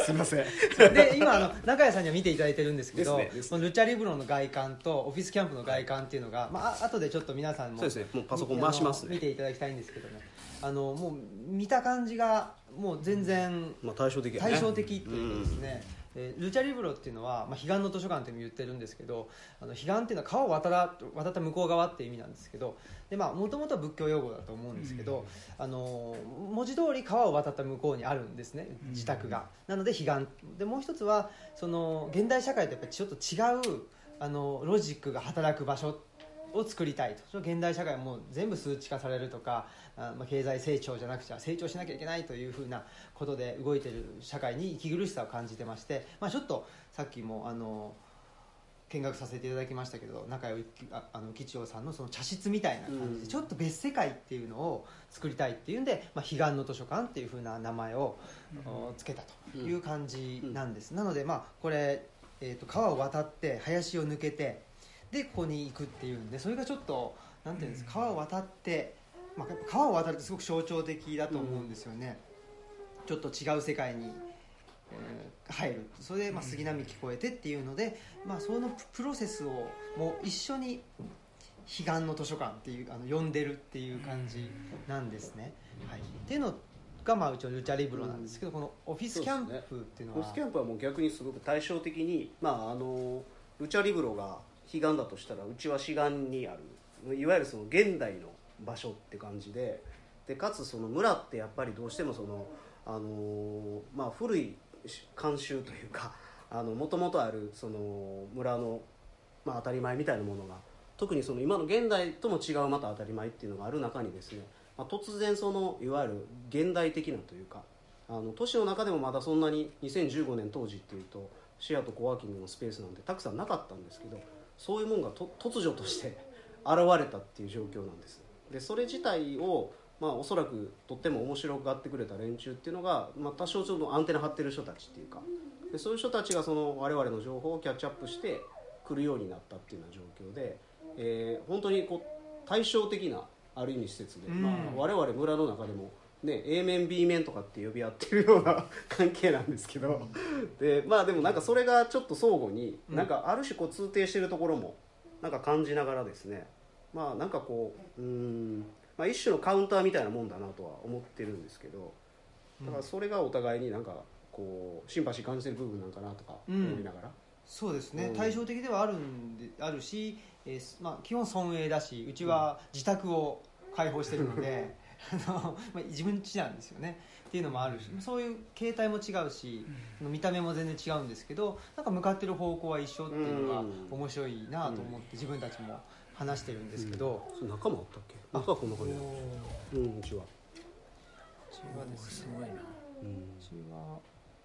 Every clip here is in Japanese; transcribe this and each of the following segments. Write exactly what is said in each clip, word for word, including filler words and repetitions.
すいませんで今あの中谷さんには見ていただいてるんですけどですねですね、 このルチャリブロの外観とオフィスキャンプの外観っていうのが、まあ後でちょっと皆さんもそうですね、もうパソコン回しますね、 見ていただきたいんですけどね、あのもう見た感じがもう全然まあ、対照的やね対照的というかですね、えールチャリブロっていうのは、まあ、彼岸の図書館っても言ってるんですけど、あの彼岸っていうのは川を渡ら渡った向こう側っていう意味なんですけど、もともとは仏教用語だと思うんですけど、うん、あの文字通り川を渡った向こうにあるんですね、自宅が、うん、なので彼岸で、もう一つはその現代社会とやっぱりちょっと違うあのロジックが働く場所を作りたいと。現代社会はもう全部数値化されるとか、あ、まあ、経済成長じゃなくちゃ成長しなきゃいけないというふうなことで動いている社会に息苦しさを感じてまして、まあ、ちょっとさっきもあの見学させていただきましたけど、中谷あの吉郎さんのその茶室みたいな感じで、うん、ちょっと別世界っていうのを作りたいっていうんで、まあ、彼岸の図書館っていうふうな名前を、うん、つけたという感じなんです、うん、なので、まあ、これ、えーと、川を渡って林を抜けてでここに行くっていうんで、それがちょっとなんていうんですか、川を渡って、まあ、川を渡るってすごく象徴的だと思うんですよね、うん、ちょっと違う世界に、えー、入る。それで、まあ、杉並木越えてっていうので、まあ、そのプロセスをもう一緒に彼岸の図書館っていうあの呼んでるっていう感じなんですね、はい、っていうのが、まあ、うちのルチャリブロなんですけど、うん、このオフィスキャンプっていうのは、 ね、オフィスキャンプはもう逆にすごく対照的に、まあ、あのルチャリブロが彼岸だとしたら、うちは彼岸にあるいわゆるその現代の場所って感じで、でかつその村ってやっぱりどうしてもその、あのまあ、古い慣習というか、もともとあるその村の、まあ、当たり前みたいなものが、特にその今の現代とも違うまた当たり前っていうのがある中にですね、まあ、突然そのいわゆる現代的なというか、あの都市の中でもまだそんなににせんじゅうごねん当時っていうとシェアとコワーキングのスペースなんてたくさんなかったんですけど、そういうものがと突如として現れたっていう状況なんです。でそれ自体を、まあ、おそらくとっても面白がってくれた連中っていうのが、まあ、多少ちょっとアンテナ張ってる人たちっていうか、でそういう人たちがその我々の情報をキャッチアップして来るようになったっていうような状況で、えー、本当にこう対照的なある意味施設で、まあ、我々村の中でもね、A 面 B 面とかって呼び合ってるような関係なんですけど、でまあでもなんかそれがちょっと相互になんかある種こう通底してるところもなんか感じながらですね、まあなんかこう、うーん、まあ、一種のカウンターみたいなもんだなとは思ってるんですけど、だからそれがお互いになんかこうシンパシー感じてる部分なんかなとか思いながら、うん、 そうですね、対照的ではあるんであるし、えーまあ、基本村営だし、うちは自宅を開放してるので、あのまあ、自分家なんですよねっていうのもあるし、そういう形態も違うし、うん、見た目も全然違うんですけど、なんか向かってる方向は一緒っていうのが面白いなと思って自分たちも話してるんですけど、 うん、中もあったっけ？中はこんな感じだった。うん、うちはうちはですね、すごいな、うん、うちは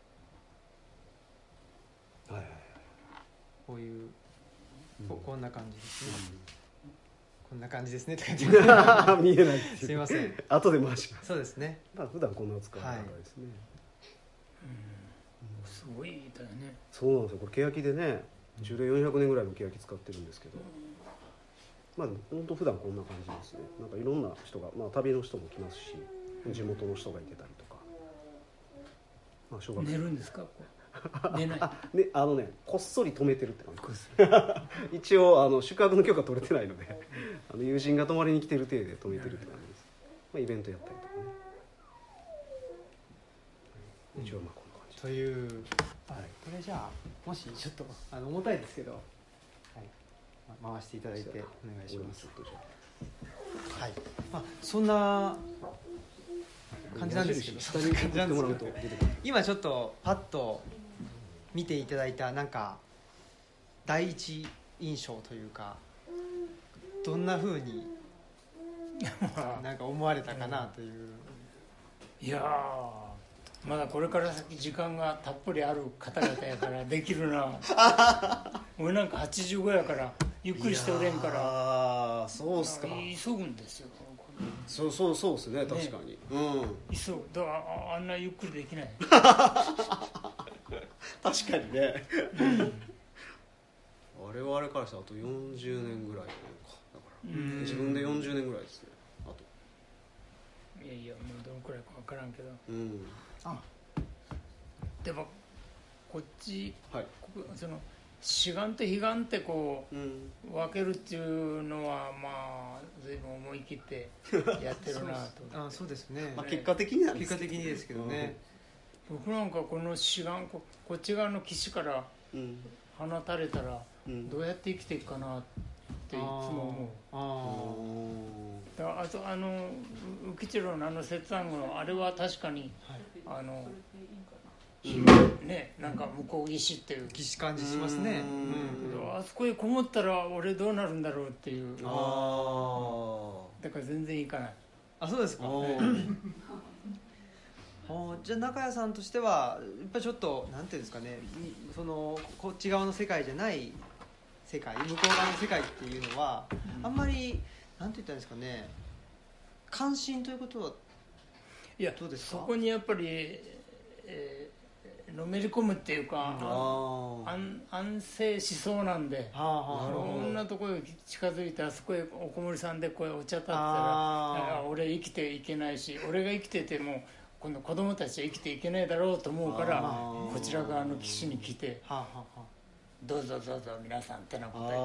はいはいはい、こういう、うん、こ, こんな感じですね、うん、こんな感じですねとか言って見えないっていうすいません、 後で回します。 そうですね、 まあ、普段こんな使う方ですね、はい、 うん、すごいだよね。 そうなんですよ、これケヤキでね、樹齢よんひゃくねんぐらいのケヤキ使ってるんですけど、まあ本当普段こんな感じですね。なんかいろんな人が、まあ、旅の人も来ますし、地元の人がいてたりとか、まあ、小学生寝るんですか？寝ないあ、ね、あのね、こっそり止めてるって感じです一応あの宿泊の許可取れてないのであの友人が泊まりに来てる体で止めてるって感じです、まあ、イベントやったりとかね、うん、一応まあこんな感じという、はい、これじゃあもしちょっとあの重たいですけど、はい、まあ、回していただいてお願いします。はい、まあ、そんな感じなんですけど、 下に感じなんですけど、 今ちょっとパッと見ていただいたなんか第一印象というか、どんな風になんか思われたかなという。 いやー、まだこれから先時間がたっぷりある方々やからできるな俺なんかはちじゅうごやからゆっくりしておれんから、 ああ、そうっすか、 急ぐんですよ。 そうそうそうですね、確かに、ね、うん、 急ぐだからあんなゆっくりできない確かにね、うん、我々からしたらあとよんじゅうねんぐらいか、だから自分でよんじゅうねんぐらいですね、あと。 いやいや、もうどのくらいか分からんけど、 うん、 あでもこっち、 はい、 こその志願と悲願ってこう、うん、分けるっていうのはまあ随分思い切ってやってるなとあそうですね、 まあ、結果的になんです結果的にですけどね、 うん、僕なんかこの志願 こ, こっち側の岸から放たれたらどうやって生きていくかなっていつも思う。あだあとあの浮吉郎のあの節案語のあれは確かに、はい、あのね、なんか向こう岸っていう岸感じしますね、 うん、あそこへこもったら俺どうなるんだろうっていう、あだから全然行かない。 あそうですか、ね、じゃあ中谷さんとしてはやっぱりちょっとなんていうんですかね、そのこっち側の世界じゃない世界、向こう側の世界っていうのは、うん、あんまりなんて言ったらいいんですかね、関心ということはいやどうですか。そこにやっぱり、えーのめり込むっていうか、安, 安静しそうなんで、こんなところに近づいてあそこへおこもりさんでこうお茶立ってたら俺生きていけないし、俺が生きてても今度子供たちは生きていけないだろうと思うから、こちら側の岸に来てどうぞどうぞ皆さんってなこと言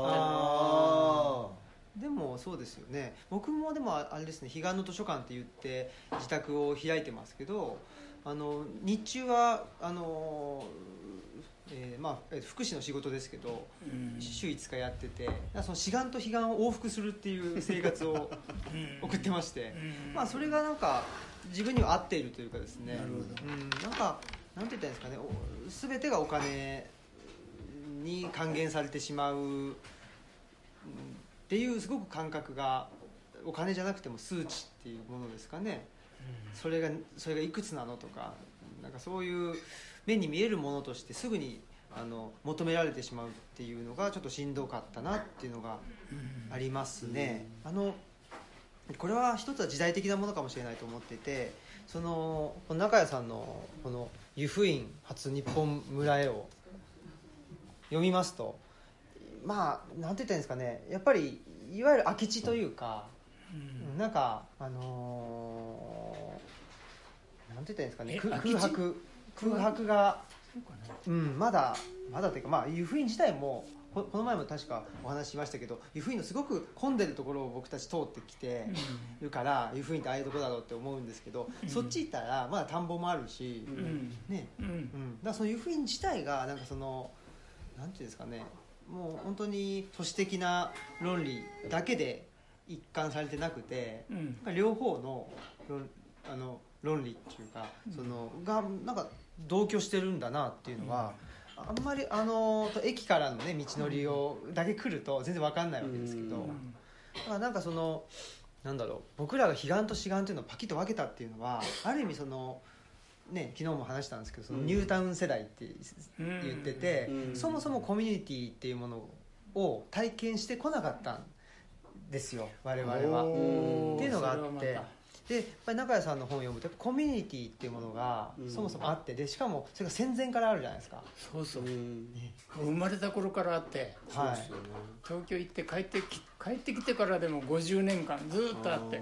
ってる。でもそうですよね。僕もでもあれですね、彼岸の図書館って言って自宅を開いてますけど、あの日中はあの、えーまあ、福祉の仕事ですけど、うん、週いつかやってて、その志願と彼岸を往復するっていう生活を送ってまして、うんまあ、それがなんか自分には合っているというかですね、なるほど、うん、なんかなんて言ったらいいんですかね、全てがお金に還元されてしまうっていうすごく感覚が、お金じゃなくても数値っていうものですかね。それがそれがいくつなのとか、なんかそういう目に見えるものとしてすぐにあの求められてしまうっていうのがちょっとしんどかったなっていうのがありますね。あのこれは一つは時代的なものかもしれないと思っていて、その中谷さんのこの湯布院初日本村へを読みますと、まあなんて言ったらいいんですかね、やっぱりいわゆる空き地というか、うん、なんかあのー、なんて言ったらいいんですかね、空白空白が、うん、まだまだというか、まあ湯布院自体もこの前も確かお話ししましたけど、湯布院のすごく混んでるところを僕たち通ってきてるから、湯布院ってああいうところだろうって思うんですけど、うん、そっち行ったらまだ田んぼもあるし、うんねうんうん、だからその湯布院自体がなんかそのなんていうんですかね、もう本当に都市的な論理だけで一貫されてなくて、うん、両方の論、あの論理っていうか、そのがなんか同居してるんだなっていうのは、うん、あんまりあの駅からのね道のりをだけ来ると全然分かんないわけですけど、うん、だからなんかそのなんだろう、僕らが彼岸と志願っていうのをパキッと分けたっていうのは、ある意味そのね、昨日も話したんですけど、そのニュータウン世代って言ってて、うん、そもそもコミュニティっていうものを体験してこなかったんですよ我々はっていうのがあって、でやっぱり中谷さんの本を読むとコミュニティっていうものがそもそもあって、でしかもそれが戦前からあるじゃないですか。 そうそう、うんね、生まれた頃からあって、はい、東京行って帰ってき、帰ってきてからでもごじゅうねんかんずっとあって、うん、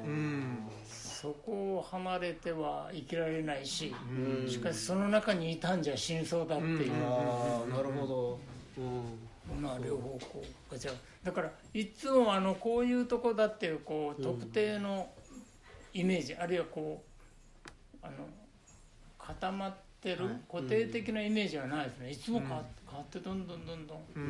そこを離れては生きられないし、うん、しかしその中にいたんじゃ死にそうだっていう、うん、 あなるほど、 うん、まあ両方こうじゃだからいつもあのこういうとこだっていうこう特定のイメージ、うん、あるいはこうあの固まってる固定的なイメージはないですね。いつも変わって、変わってどんどんどんどん、うん、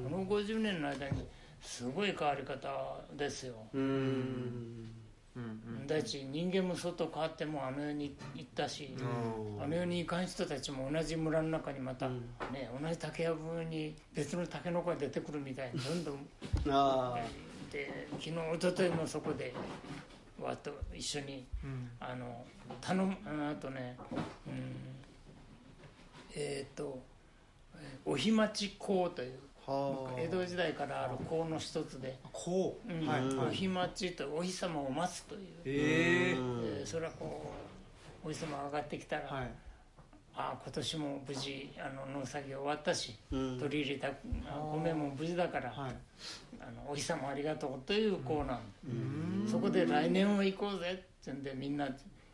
このごじゅうねんの間にすごい変わり方ですよ。うんうん、第一人間も外変わってもあの世に行ったし、うん、あの世に行かん人たちも同じ村の中にまた、うんね、同じ竹やぶに別のタケノコが出てくるみたいにどんどんあで昨日一昨日もそこでわっと一緒に、うん、あの頼むあとね、うん、えっ、ー、とお日待講という江戸時代からある講の一つで、講、うんはい、お日待ちとお日様を待つという、えーえー、それはこうお日様が上がってきたら、はい、あ今年も無事あの農作業終わったし、うん、取り入れた米も無事だから、はい、あのお日様ありがとうという講なん、うん、そこで来年は行こうぜってんでみんな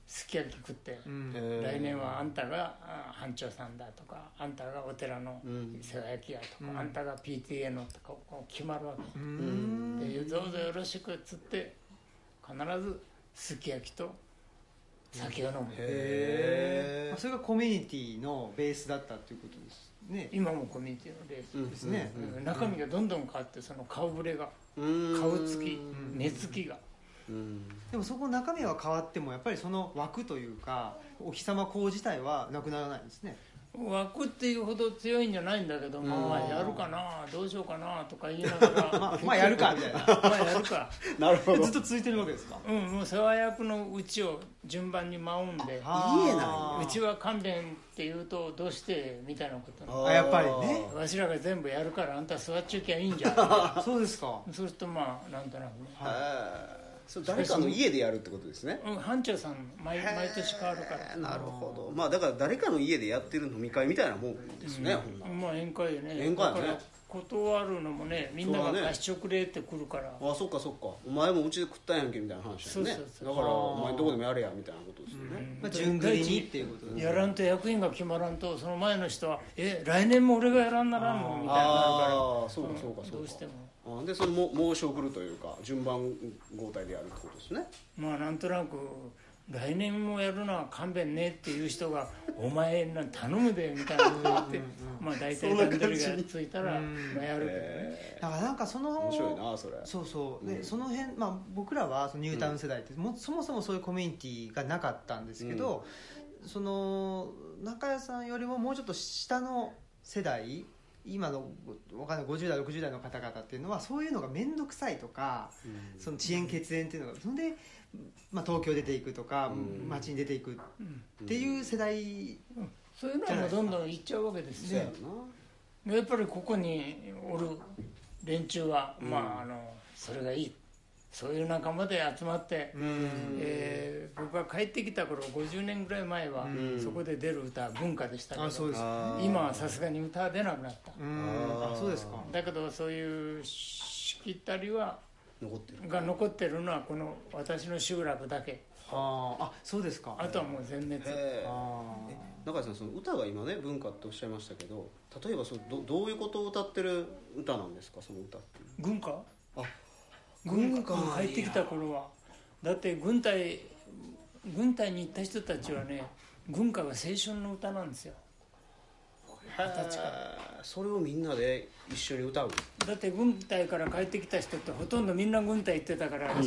すき焼き食って、 うん、 来年はあんたが班長さんだとか、あんたがお寺の世話焼きやとか、うん、あんたが ピーティーエー のとかこう決まるわけ、うん、でどうぞよろしくっつって必ずすき焼きと酒を飲む、うん、 へー、それがコミュニティのベースだったということですね。 今もコミュニティのベースですね、うんうん、中身がどんどん変わって、その顔ぶれが、顔つき、目つきが、 うん、でもそこ中身は変わってもやっぱりその枠というかお日様講自体はなくならないんですね。 枠っていうほど強いんじゃないんだけど、うん、まあやるかなどうしようかなとか言いながらま, あまあやるかみたいなまあやるかなるほど、 ずっと続いてるわけですか。 うん、もう世話役のうちを順番に回うんで、 家なんうちは勘弁って言うとどうしてみたいなことあやっぱりね、 わしらが全部やるからあんた座っちゅうきゃいいんじゃんそうですか。 そうするとまあなんとなくね、 はい、それ誰かの家でやるってことですね。 うん、班長さん 毎, 毎年変わるから。 なるほど、まあだから誰かの家でやってる飲み会みたいなもんですね、 うん、まあ宴会よね。 宴会ね。 断るのもね、みんなが貸し直れってくるから、ね、 ああそっかそっか、お前もうちで食ったんやんけみたいな話だよね。そうそうそう、だからお前どこでもやれやみたいなことですよね、 うん、まあ、順繰りにっていうことですね。 やらんと役員が決まらんとその前の人はえ来年も俺がやらんならんのみたいになるから、 ああそうかそうかそうか、 どうしてもあでその申し送るというか順番交代でやるってことですね。 まあなんとなく来年もやるのは勘弁ねっていう人がお前なん頼むでみたいなこと言ってまあ大体段取りがついたらまあやるけどね。 だからなんかその面白いなそれ。 そうそうで、うん、その辺、まあ、僕らはそのニュータウン世代って、うん、もそもそもそういうコミュニティがなかったんですけど、うん、その中谷さんよりももうちょっと下の世代、今のわかんないごじゅう代ろくじゅう代の方々っていうのはそういうのが面倒くさいとか、うん、その遅延血縁っていうのがそれで、まあ、東京出ていくとか、うん、町に出ていくっていう世代、 うん、そういうのはもうどんどんいっちゃうわけですね。やっぱりここにおる連中は、うん、まああのそれがいい、そういう仲間で集まって、うんえー、僕が帰ってきた頃ごじゅうねんぐらい前は、うん、そこで出る歌は文化でしたけど、あそうです今はさすがに歌は出なくなった。 うんあそうですか。 だけどそういうしきたりは残ってるが残ってるのはこの私の集落だけ。 ああそうですか。 あとはもう全滅。 あえ中井さん、その歌が今ね文化っておっしゃいましたけど、例えばその ど, どういうことを歌ってる歌なんですか、その歌っていう。 軍歌。 あ軍歌も入ってきた頃はだって軍隊軍隊に行った人たちはね、軍歌が青春の歌なんですよ。 形からそれをみんなで一緒に歌う。 だって軍隊から帰ってきた人ってほとんどみんな軍隊行ってたから、うん、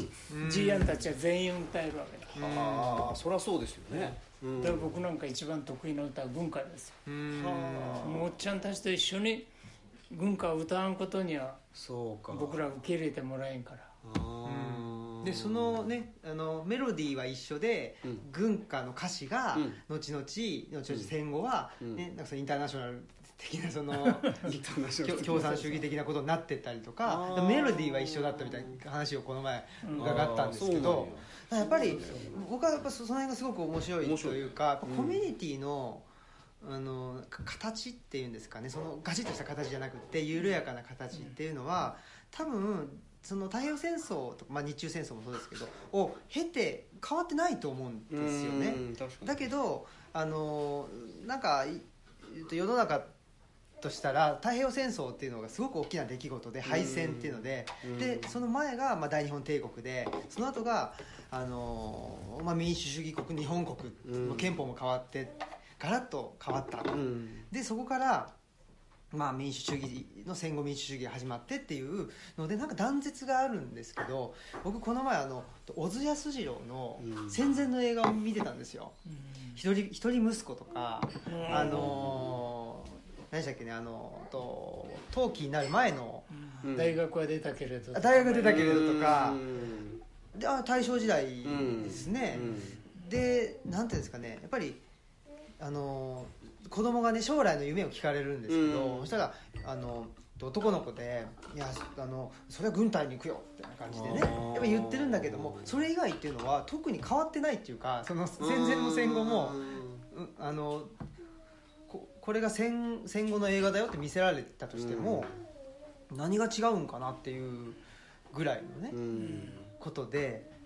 ジーアンたちは全員歌えるわけだ。 ああそりゃそうですよね、 うん、だから僕なんか一番得意な歌は軍歌ですよ。うんもうおっちゃんたちと一緒に軍歌を歌わんことにはそうか僕ら受け入れてもらえんから。 あでそのねあのメロディーは一緒で、うん、軍歌の歌詞が、うん、後々後々戦後は、うんね、なんかそのインターナショナル的なその共産主義的なことになってったりとかメロディーは一緒だったみたいな話をこの前伺ったんですけど、やっぱり僕はやっぱその辺がすごく面白いというか、コミュニティのあの形っていうんですかね、そのガチッとした形じゃなくて緩やかな形っていうのは多分その太平洋戦争とか、まあ、日中戦争もそうですけどを経て変わってないと思うんですよね。だけどあのなんか世の中としたら太平洋戦争っていうのがすごく大きな出来事で敗戦っていうので、でその前がまあ大日本帝国でその後があの、まあ、民主主義国日本国、憲法も変わってガラッと変わった、でそこからまあ、民主主義の戦後民主主義が始まってっていうのでなんか断絶があるんですけど、僕この前あの小津安二郎の戦前の映画を見てたんですよ。一人一人息子とか、あの何でしたっけね、あのと冬季になる前の、 うん、大学は出たけれど大学は出たけれどとかで、あ大正時代ですね。でなんていうんですかね、やっぱりあの子供がね将来の夢を聞かれるんですけど、うん、そしたらあの男の子でいやあのそれは軍隊に行くよってな感じでねやっぱ言ってるんだけども、それ以外っていうのは特に変わってないっていうか、その戦前も戦後も、うん、あの こ, これが 戦, 戦後の映画だよって見せられたとしても、うん、何が違うんかなっていうぐらいのね、うん、ことで、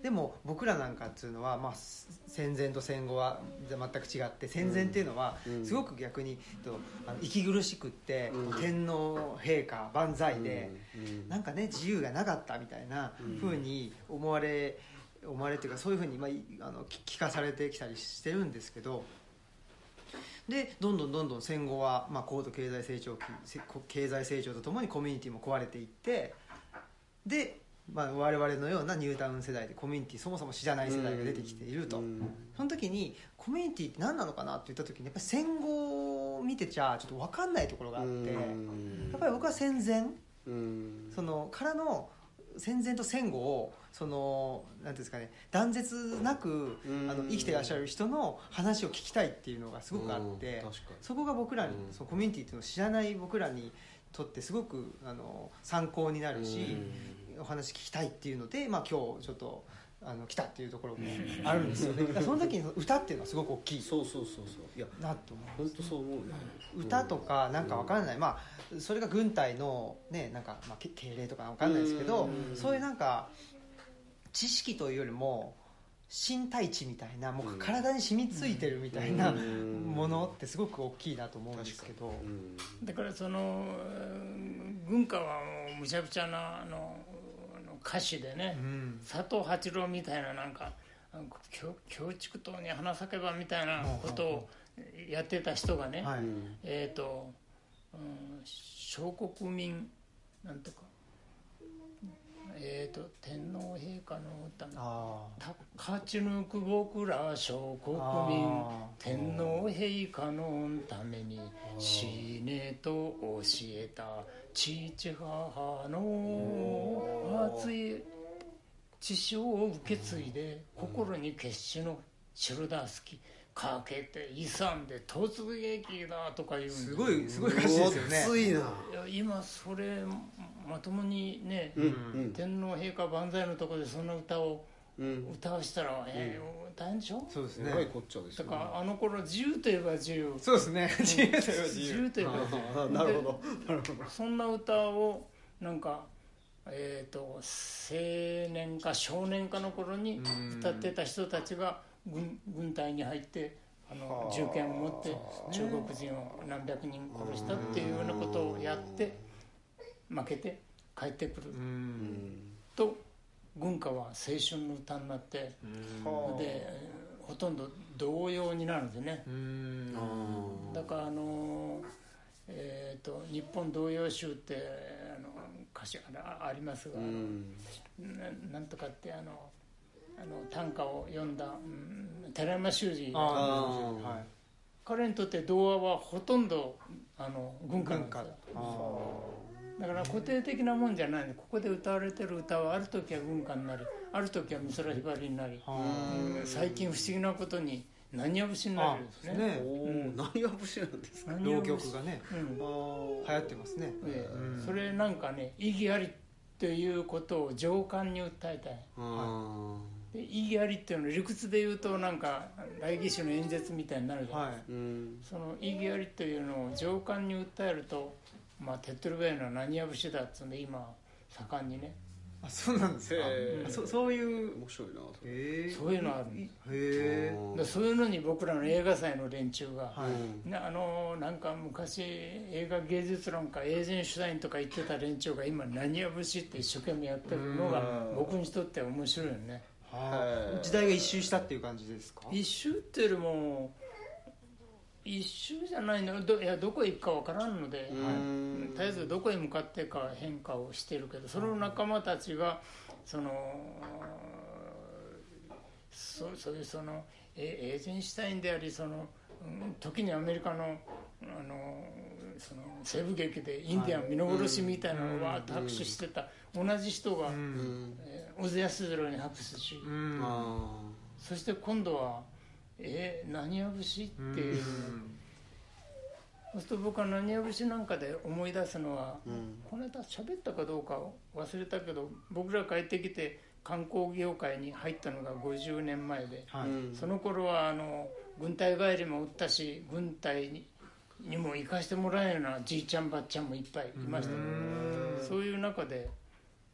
でも僕らなんかっていうのは、まあ、戦前と戦後は全く違って戦前っていうのはすごく逆にあの息苦しくって、うん、天皇陛下万歳で、うん、なんかね自由がなかったみたいな風に思われ思われっていうかそういう風に、まあ、あの聞かされてきたりしてるんですけど、でどんどんどんどん戦後は、まあ、高度経済成長期経済成長とともにコミュニティも壊れていって、でまあ、我々のようなニュータウン世代でコミュニティそもそも知らない世代が出てきていると、うん、その時にコミュニティって何なのかなって言った時にやっぱり戦後を見てちゃちょっと分かんないところがあって、うん、やっぱり僕は戦前、うん、そのからの戦前と戦後をそのなんていうんですかね、断絶なく、うん、あの生きていらっしゃる人の話を聞きたいっていうのがすごくあって、うん、そこが僕らに、うん、そのコミュニティっていうのを知らない僕らにとってすごくあの参考になるし、うん、お話聞きたいっていうので、まあ、今日ちょっとあの来たっていうところもあるんですよね。だからその時に歌っていうのはすごく大きいそうそうそうそういやなと思う。本当そう思うね。 歌とかなんか分からない、うん、まあそれが軍隊のねなんか、まあ、敬礼とか分かんないですけど、うん、そういうなんか知識というよりも身体値みたいなもう体に染みついてるみたいなものってすごく大きいなと思うんですけど、 だからその軍歌はもうむちゃくちゃなあの歌手でね、うん、佐藤八郎みたいななんか京畜島に花咲けばみたいなことをやってた人がね、はい、えっ、ー、と、うん、小国民なんとかえー、と天皇陛下の歌勝ち抜く僕ら小国民天皇陛下のために死ねと教えた父母の熱い血潮を受け継いで心に決死のシュルダースキかけて勇んで突撃だとか言うんすごいすごい歌詞ですよね。 熱いな。いや今それまともにね、うんうん、天皇陛下万歳のところでその歌を歌わしたら、うん、えー、大変でしょ。 そうですね。 こっちゃですよね。 だからあの頃自由といえば自由。 そうですね。自由といえば自由。自由といえば自由。 なるほど。なるほど。 そんな歌をなんかえっ、ー、と青年か少年かの頃に歌ってた人たちが軍軍隊に入ってあの銃剣を持って中国人を何百人殺したっていうようなことをやって負けて帰ってくると軍歌は青春の歌になってでほとんど童謡になるんですね。だからあの、えー、と日本童謡集ってあの歌詞 あ, ありますが、な, なんとかってあのあの短歌を読んだ、うん、寺山修司、はい、彼にとって童話はほとんどあの軍歌なんですよ。だから固定的なもんじゃないの。ここで歌われてる歌はある時は軍歌になりある時は美空ひばりになり、うん、最近不思議なことに何や節になるんですね。ね、 うん、何や節なんですか。 浪曲がね、うん、流行ってますね、 えーうん、それなんかね意義ありということを情感に訴えたい。で意義ありっていうのは理屈で言うとなんか来義士の演説みたいになるじゃないですか、はい、その意義ありというのを情感に訴えると、まあ、手っ取り早いのは何や節だっつうんで今盛んにね。 あ、そうなんですか。うん、そ, そういう面白いな。 へそういうのある。 へでそういうのに僕らの映画祭の連中が、はい、あのなんか昔映画芸術論かエージェンシュタインとか言ってた連中が今何や節って一生懸命やってるのが僕にとっては面白いよね。 は時代が一周したっていう感じですか。 一周っていうよりも一周じゃないの。 ど, いやどこへ行くかわからんので、はい、絶えずどこへ向かってか変化をしてるけど、その仲間たちがその そ, そういうそのエージェンシュタインでありその、うん、時にアメリカのあのその西部劇でインディアン見殺しみたいなのをわーっと拍手してた同じ人が、うんえー、小津安二郎に拍手し、うん、そして今度はえー、何や節っていう、うん、そうすると僕は何や節なんかで思い出すのは、うん、この間喋ったかどうか忘れたけど僕ら帰ってきて観光業界に入ったのがごじゅうねんまえで、はい、その頃はあの軍隊帰りもおったし軍隊ににも行かしてもらえるようなじいちゃんばっちゃんもいっぱいいましたけど、そういう中でこ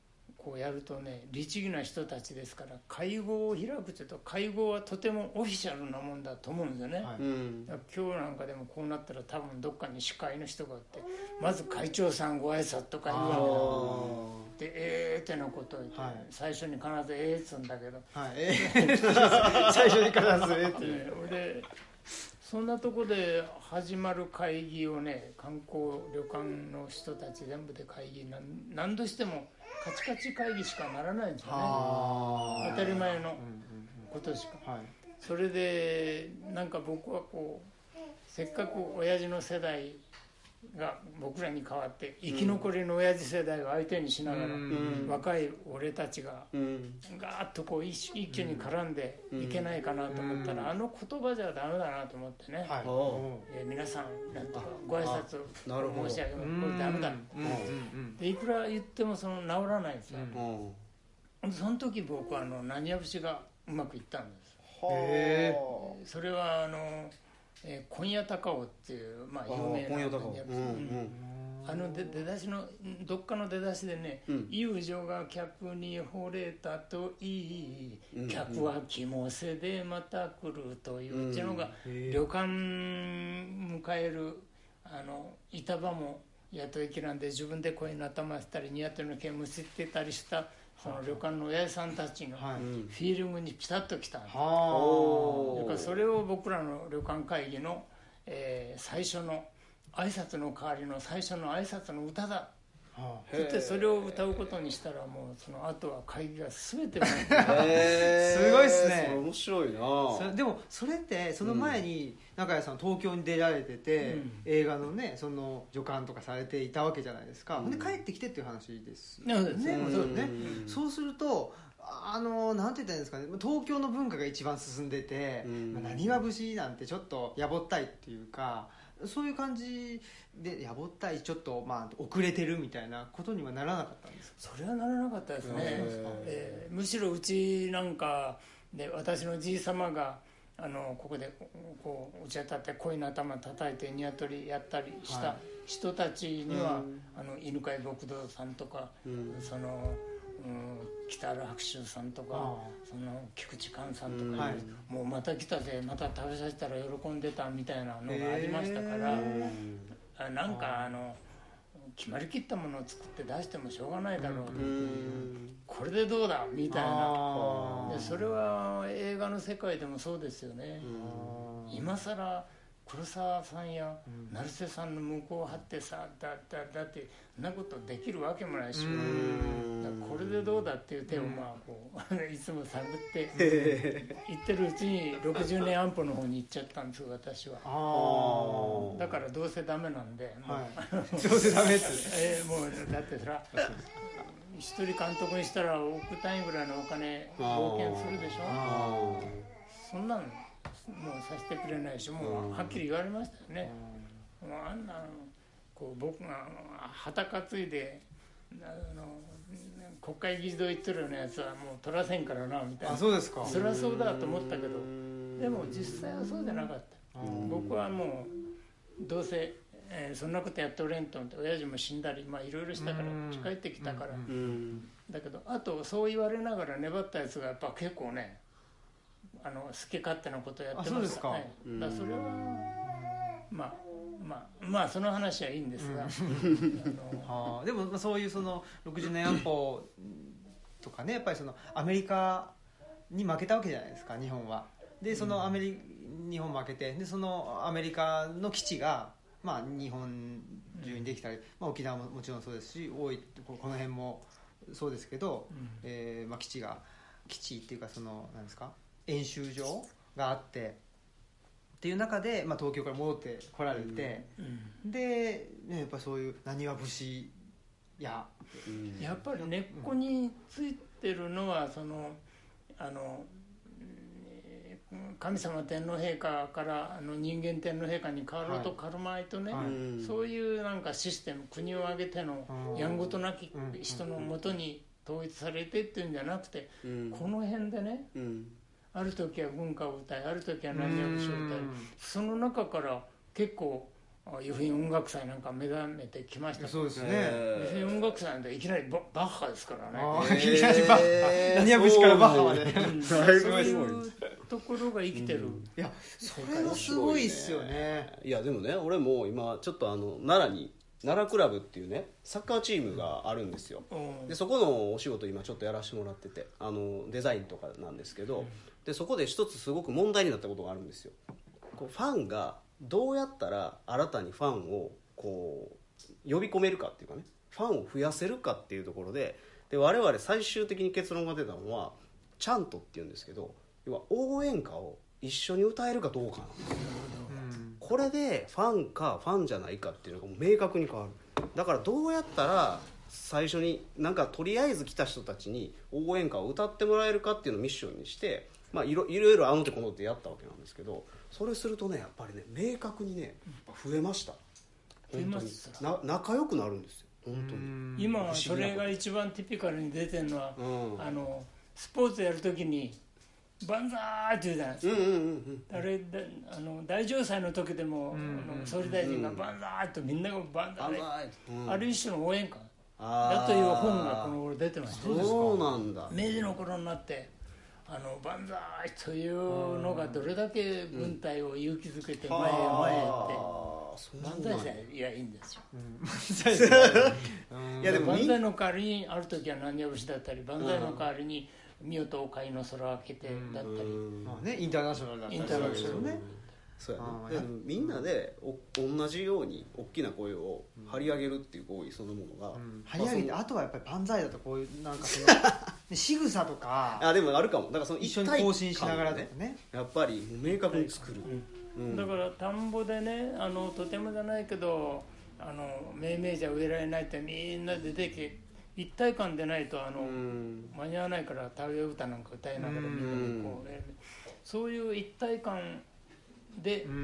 こうやるとね律儀な人たちですから会合を開くというと会合はとてもオフィシャルなもんだと思うんですよね、 はい、 うん、 だから今日なんかでもこうなったら多分どっかに司会の人があってまず会長さんご挨拶とか言うわけだでえーってなことを言って、はい、最初に必ずえーっつうんだけど、 はい、えー、最初に必ずえーっていうでそんなとこで始まる会議をね観光旅館の人たち全部で会議何何度してもカチカチ会議しかならないんですよね当たり前のことしか、はい、それでなんか僕はこうせっかく親父の世代が僕らに代わって生き残りの親父世代を相手にしながら、うん、若い俺たちがガーッとこう一挙に絡んでいけないかなと思ったら、うん、あの言葉じゃダメだなと思ってね、はい、皆さんなんとかご挨拶申し上げますこれダメだ、うん、でいくら言ってもその治らないんですよ、うん、その時僕はあの浪花節がうまくいったんです。へーそれはあのえー、今夜高尾っていう、まあ、有名な今夜高尾、うんうん、あの出だしのどっかの出だしでね、うん、遊女が客に惚れたといい、うん、客は気もせでまた来るという、うん、うちのが旅館迎えるあの板場も雇いきらんで自分で声の頭したりニワトリの毛むしってたりしたその旅館の親父さんたちのフィーリングにピタッときたんです、はい、だからそれを僕らの旅館会議の、えー、最初の挨拶の代わりの最初の挨拶の歌だ、はあ、そしてそれを歌うことにしたらもうその後は会議が全てすごいっすね。 面白いな。 そでもそれってその前に中谷さん東京に出られてて、うん、映画のねその助監とかされていたわけじゃないですか、うん、で帰ってきてっていう話ですね、うんねうんそうねうん、そうするとあのなんて言ったらいいんですかね東京の文化が一番進んでてなにわ節なんてちょっとやぼったいっていうかそういう感じでやぼったいちょっとまあ遅れてるみたいなことにはならなかったんですか。 それはならなかったですね、えー、むしろうちなんかで私のじいさまがあのここでこうお茶立って鯉の頭叩いてニワトリやったりした人たちには、はい、あの犬飼極道さんとか、うん、そのうん、北原白秋さんとかその菊池寛さんとか、うんはい、もうまた来たぜまた食べさせたら喜んでたみたいなのがありましたから、あなんかあの決まりきったものを作って出してもしょうがないだろうと、うん、これでどうだみたいなでそれは映画の世界でもそうですよね。今さら黒沢さんや成瀬さんの向こうを張ってさだだだってそんなことできるわけもないし、だこれでどうだっていう手をまあこういつも探って言ってるうちにろくじゅうねん安保の方に行っちゃったんです私は。あだからどうせダメなんで、 はい、どうせダメって、 えー、もうだってそれは一人監督にしたら億単位ぐらいのお金貢献するでしょ。そんなのもうさせてくれないしもうはっきり言われましたよね。もうあんなのこう僕が旗担いであの国会議事堂行ってるようなやつはもう取らせんからなみたいな。 あそうですか。 そりゃそうだと思ったけどでも実際はそうじゃなかった。僕はもうどうせ、えー、そんなことやっておれんと思って親父も死んだりまあいろいろしたから帰ってきたからだけどあとそう言われながら粘ったやつがやっぱ結構ねあの好き勝手なことやってました。 そうですか。 はい、だからそれはまあまあまあその話はいいんですがあのはでもそういうそのろくじゅうねん安保とかねやっぱりそのアメリカに負けたわけじゃないですか日本は。でそのアメリ、うん、日本負けてでそのアメリカの基地が、まあ、日本中にできたり、まあ、沖縄ももちろんそうですし大分この辺もそうですけど、うんえーまあ、基地が基地っていうかそのなんですか演習場があってっていう中で、まあ、東京から戻って来られて、うんうん、で、ね、やっぱそういう浪花節や、 うん、やっぱり根っこについてるのはそのあの神様天皇陛下からあの人間天皇陛下に変わろうと変わるまいとね、はいはい、そういうなんかシステム国を挙げてのやんごとなき人のもとに統一されてっていうんじゃなくて、うん、この辺でね、うんある時は軍歌を歌いある時は浪花節を歌いその中から結構湯布院音楽祭なんか目覚めてきました。 そうですね。 湯布院音楽祭なんていきなりババッハですからね。 あいきなりバッハ、何や節からバッハまで、 うんそういうところが生きてる、うん、 いやそれはすごいっすよね。 いやでもね、俺も今ちょっとあの奈良に奈良クラブっていうねサッカーチームがあるんですよ、うん、でそこのお仕事今ちょっとやらせてもらってて、あのデザインとかなんですけど、うん、でそこで一つすごく問題になったことがあるんですよ。こうファンがどうやったら新たにファンをこう呼び込めるかっていうかね、ファンを増やせるかっていうところで、で我々最終的に結論が出たのはチャントっていうんですけど、要は応援歌を一緒に歌えるかどうかなんですよ、うん、これでファンかファンじゃないかっていうのがもう明確に変わる。だからどうやったら最初になんかとりあえず来た人たちに応援歌を歌ってもらえるかっていうのをミッションにして、まあ、いろいろいろあの手この手やったわけなんですけど、それするとねやっぱりね明確にね増えました。 増えましたな仲良くなるんですよ本当に。 今はそれが一番ティピカルに出てるのは、うん、あのスポーツやるときにバンザーって言うじゃないですか、うんうんうんうん、あれあの大城祭の時でも、うんうん、あの総理大臣がバンザーとみんながバンザー、うん、ある一種の応援歌だという本がこの頃出てました。 そうなんだ。 明治の頃になってあのバンザーというのがどれだけ軍隊を勇気づけて前へ前へって、バンザイさえいやいいんですよ、うん、いやでもバンザイの代わりにある時は何や節だったり、バンザイの代わりに見よと海の空を開けてだったり、 まあね、インターナショナルだったり、 インターナショナルね、 そうやね。でもみんなでお同じように大きな声を張り上げるっていう行為そのものが、うん、 張り上げて、あとはやっぱり万歳だとこういうなんかその仕草とかあでもあるかも。だからその一緒に更新しながらとかね、 やっぱり明確に作る、 うん、だから田んぼでね、あのとてもじゃないけどあの命名じゃ植えられないってみんな出てき一体感でないとあの、うん、間に合わないから田植え歌なんか歌いながらみんなでこう、ね、そういう一体感で、うん、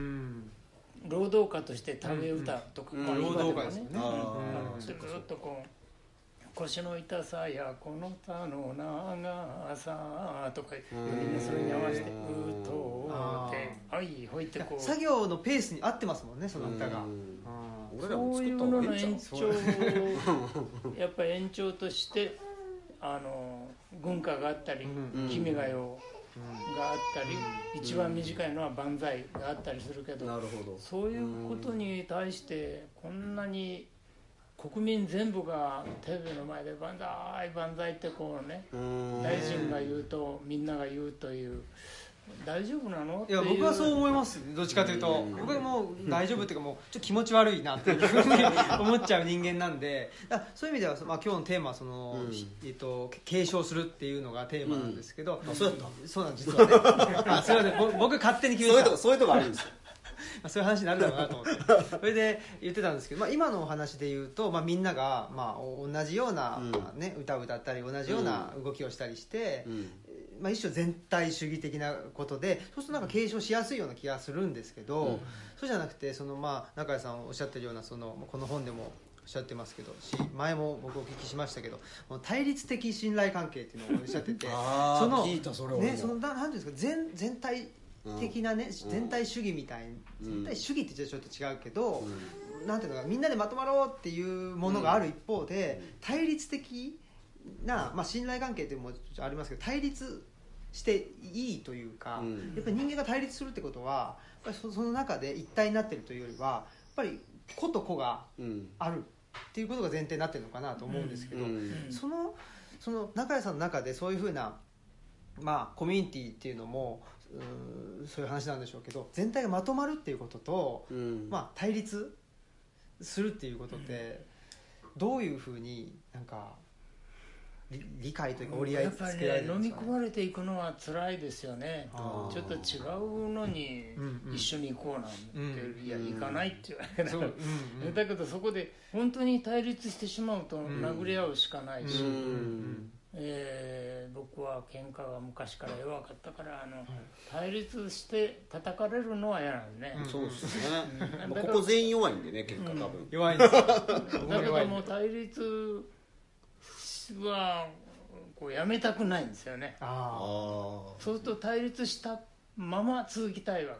労働家として田植え歌とか、 うんまあ、労働家ですよね、 ずっとこう腰の痛さやこの田の長さとかみんなそれに合わせてうとってはいほいってこう作業のペースに合ってますもんね、その歌が。 そういうのの延長やっぱり延長としてあの軍歌があったり「君が代」があったり、一番短いのは「万歳」があったりするけど、 なるほど。 そういうことに対してこんなに国民全部がテレビの前で「万歳万歳」ってこうね、大臣が言うとみんなが言うという。大丈夫なの？ いや僕はそう思います。どっちかというと僕はもう大丈夫っていうか、もうちょっと気持ち悪いなっていうふうに思っちゃう人間なんで、そういう意味では、まあ、今日のテーマはその、うんえっと、継承するっていうのがテーマなんですけど、 うん、あそうやったそうなん実はねあそれはね僕勝手に決めてたそういうとこあるんですよそういう話になるだろうなと思ってそれで言ってたんですけど、まあ、今のお話で言うと、まあ、みんなが、まあ、同じような、うんね、歌を歌ったり同じような動きをしたりして、うんまあ、一種全体主義的なことで、そうするとなんか継承しやすいような気がするんですけど、うん、そうじゃなくてその、まあ、中谷さんおっしゃってるようなそのこの本でもおっしゃってますけど、前も僕お聞きしましたけど、対立的信頼関係っていうのをおっしゃっててその聞いたそれをね、そのなんていうんですか、全全体的なね、うん、全体主義みたいに、うん、全体主義ってちょっと違うけど、うん、なんていうのか、みんなでまとまろうっていうものがある一方で、うん、対立的な、まあ、信頼関係っていうのもありますけど、対立していいというか、うん、やっぱり人間が対立するってことはやっぱり そ, その中で一体になってるというよりは、やっぱり個と個があるっていうことが前提になってるのかなと思うんですけど、うんうん、そのその中谷さんの中でそういうふうな、まあ、コミュニティっていうのもうそういう話なんでしょうけど、全体がまとまるっていうことと、うんまあ、対立するっていうことってどういうふうになんか理解というか折り合いつけられるんですかね。 やっぱりね、飲み込まれていくのは辛いですよね。ちょっと違うのに一緒に行こうなんて、うんうん、いや行かないっていうわけだから、うんうん、だけどそこで本当に対立してしまうと殴り合うしかないし、うんうんえー、僕は喧嘩が昔から弱かったから、あの、はい、対立して叩かれるのは嫌なんでね、 うん、そうですね、うん、ここ全員弱いんでね、喧嘩多分、うん、 弱いんですよだけどもう対立はこうやめたくないんですよね。あそうすると対立したまま続きたいわけです。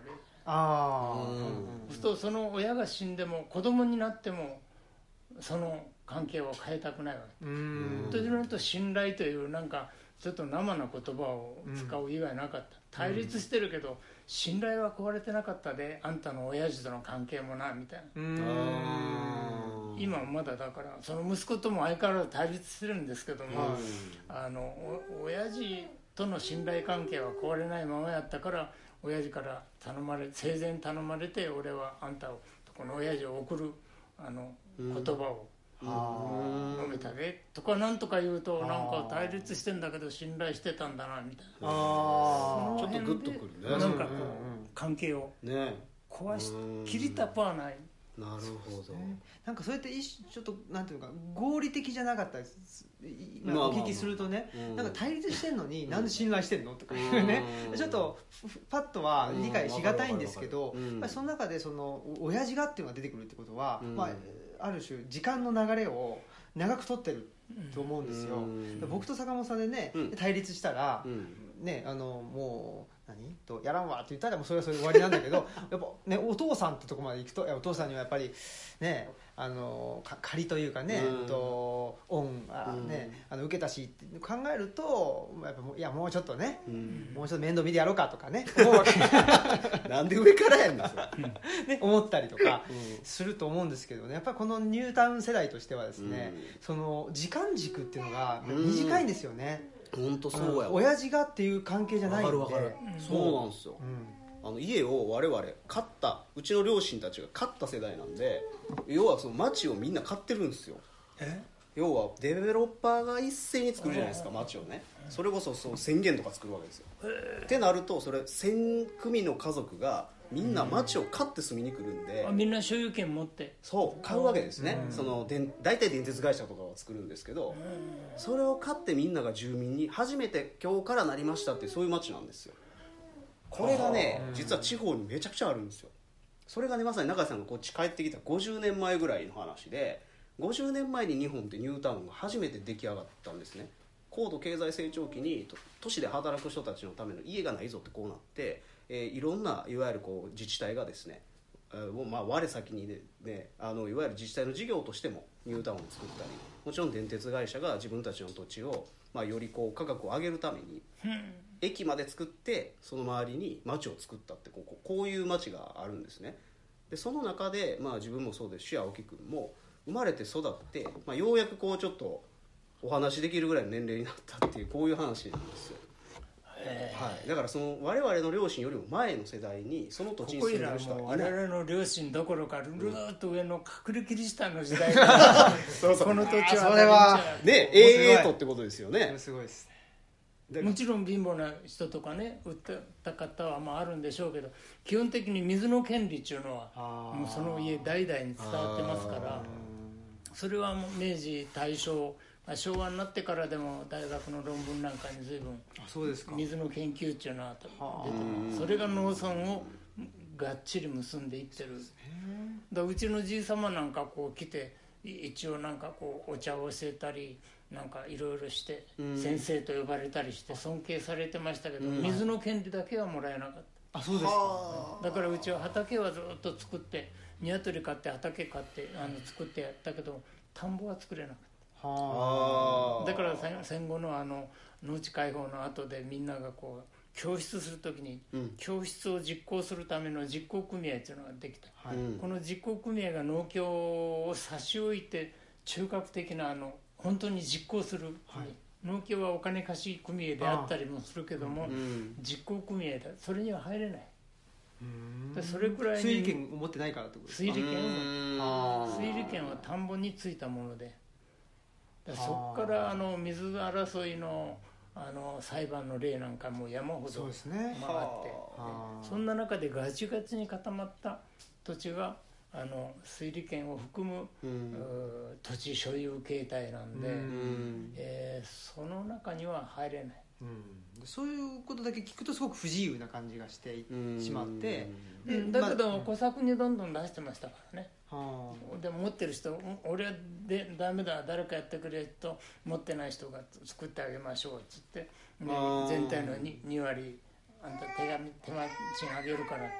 ああ、 うんそうするとその親が死んでも子供になってもその関係を変えたくないわけ。 うーんというのと信頼というなんかちょっと生な言葉を使う以外なかった、対立してるけど信頼は壊れてなかったで、あんたの親父との関係もなみたいな。 うーんあー今はまだだからその息子とも相変わらず対立してるんですけども、 うんあのお親父との信頼関係は壊れないままやったから、親父から頼まれ生前頼まれて、俺はあんたをこの親父を送るあの言葉を述べたでとかなんとか言うと、なんか対立してんだけど信頼してたんだなみたいな、 あちょっとグッとくるねなんかこううんうんうん関係をね壊し切りたパーない。 なるほど。 なんかそれって一種ちょっとなんていうのか合理的じゃなかったです今まあまあまあお聞きするとね、 うんなんか対立してんのになんで信頼してんのとかいうね、 うんちょっとパッとは理解しがたいんですけど、 うんやっぱりその中でその親父がっていうのが出てくるってことは、 うんまあ、ある種時間の流れを長く取ってると思うんですよ、 うん僕と坂本さんでね、 うん対立したら、 うんね、あのもう何とやらんわって言ったらもうそれはそれで終わりなんだけどやっぱ、ね、お父さんってとこまで行くといやお父さんにはやっぱりねあのか借りというかね、 うんと恩あ、ねあの受けたしって考えるとやっぱもういやもうちょっとね、 うんもうちょっと面倒見てやろうかとかね思うわけ、 なんで上からやんのそれね、思ったりとかうんすると思うんですけどね、やっぱりこのニュータウン世代としてはですね、その時間軸っていうのが短いんですよね、 本当そうやわ。 親父がっていう関係じゃないんでわかるわかる。そうなんですよ。 うんあの家を我々買ったうちの両親たちが買った世代なんで、要はその町をみんな買ってるんですよ。要はデベロッパーが一斉に作るじゃないですか、町をね。それこそそう宣言とか作るわけですよ。ってなるとそれせん組の家族がみんな町を買って住みに来るんで、 あみんな所有権持ってそう買うわけですね。そのでん大体電鉄会社とかが作るんですけど、それを買ってみんなが住民に初めて今日からなりましたっていうそういう町なんですよ。これがね実は地方にめちゃくちゃあるんですよ。それがねまさに中井さんがこっち帰ってきたごじゅうねんまえぐらいの話で、ごじゅうねんまえに日本ってニュータウンが初めて出来上がったんですね。高度経済成長期にと都市で働く人たちのための家がないぞってこうなって、えーいろんないわゆるこう自治体がですね、えーもうまあ我先にね、ねあのいわゆる自治体の事業としてもニュータウンを作ったり、もちろん電鉄会社が自分たちの土地を、まあ、よりこう価格を上げるために駅まで作ってその周りに町を作ったってこうこういう町があるんですね。でその中で、まあ、自分もそうですし青木君も生まれて育って、まあ、ようやくこうちょっとお話できるぐらいの年齢になったっていうこういう話なんですよ。はい、だからその我々の両親よりも前の世代にその土地にここいら住んでる人もうはいない。 我々の両親どころかルーッと上の隠れキリシタンの時代からそうそうこの土地はそれはね面白いええー、とってことですよね。 すごいですね。 でもちろん貧乏な人とかね売った方はまああるんでしょうけど、基本的に水の権利っていうのはあーもうその家代々に伝わってますから、それはもう明治大正、まあ、昭和になってからでも大学の論文なんかに随分あそうですか。 水の研究っていうのは出てはます。それが農村をがっちり結んでいってる。だからうちのじいさまなんかこう来て一応なんかこうお茶を教えたりなんかいろいろして先生と呼ばれたりして尊敬されてましたけど、水の権利だけはもらえなかっあそうですか。 た。だからうちは畑はずっと作って鶏飼って畑飼ってあの作ってやったけど田んぼは作れなかった。 はあーだから戦戦後のあの農地開放の後でみんながこう教室するときに、 うん教室を実行するための実行組合っていうのができた、 はいうんこの実行組合が農協を差し置いて中核的なあの本当に実行する、 はい農協はお金貸し組合であったりもするけども、 うん実行組合だそれには入れない。 うーんでそれくらいに推理権を持ってないからってことですか。 推理権をあー推理権は田んぼについたもので、でそこからあの水争いのあの裁判の例なんかも山ほどそうですね。 回って、 あーそんな中でガチガチに固まった土地があの推理権を含む、 うんうー土地所有形態なんで、 うんうんえーその中には入れない。 うん、そういうことだけ聞くとすごく不自由な感じがしてしまって、でうんだけど、 まあ小作にどんどん出してましたからね。 はで持ってる人俺はでダメだ誰かやってくれと持ってない人が作ってあげましょうっつって、であー全体の に, に割あんた手紙手間賃あげるからって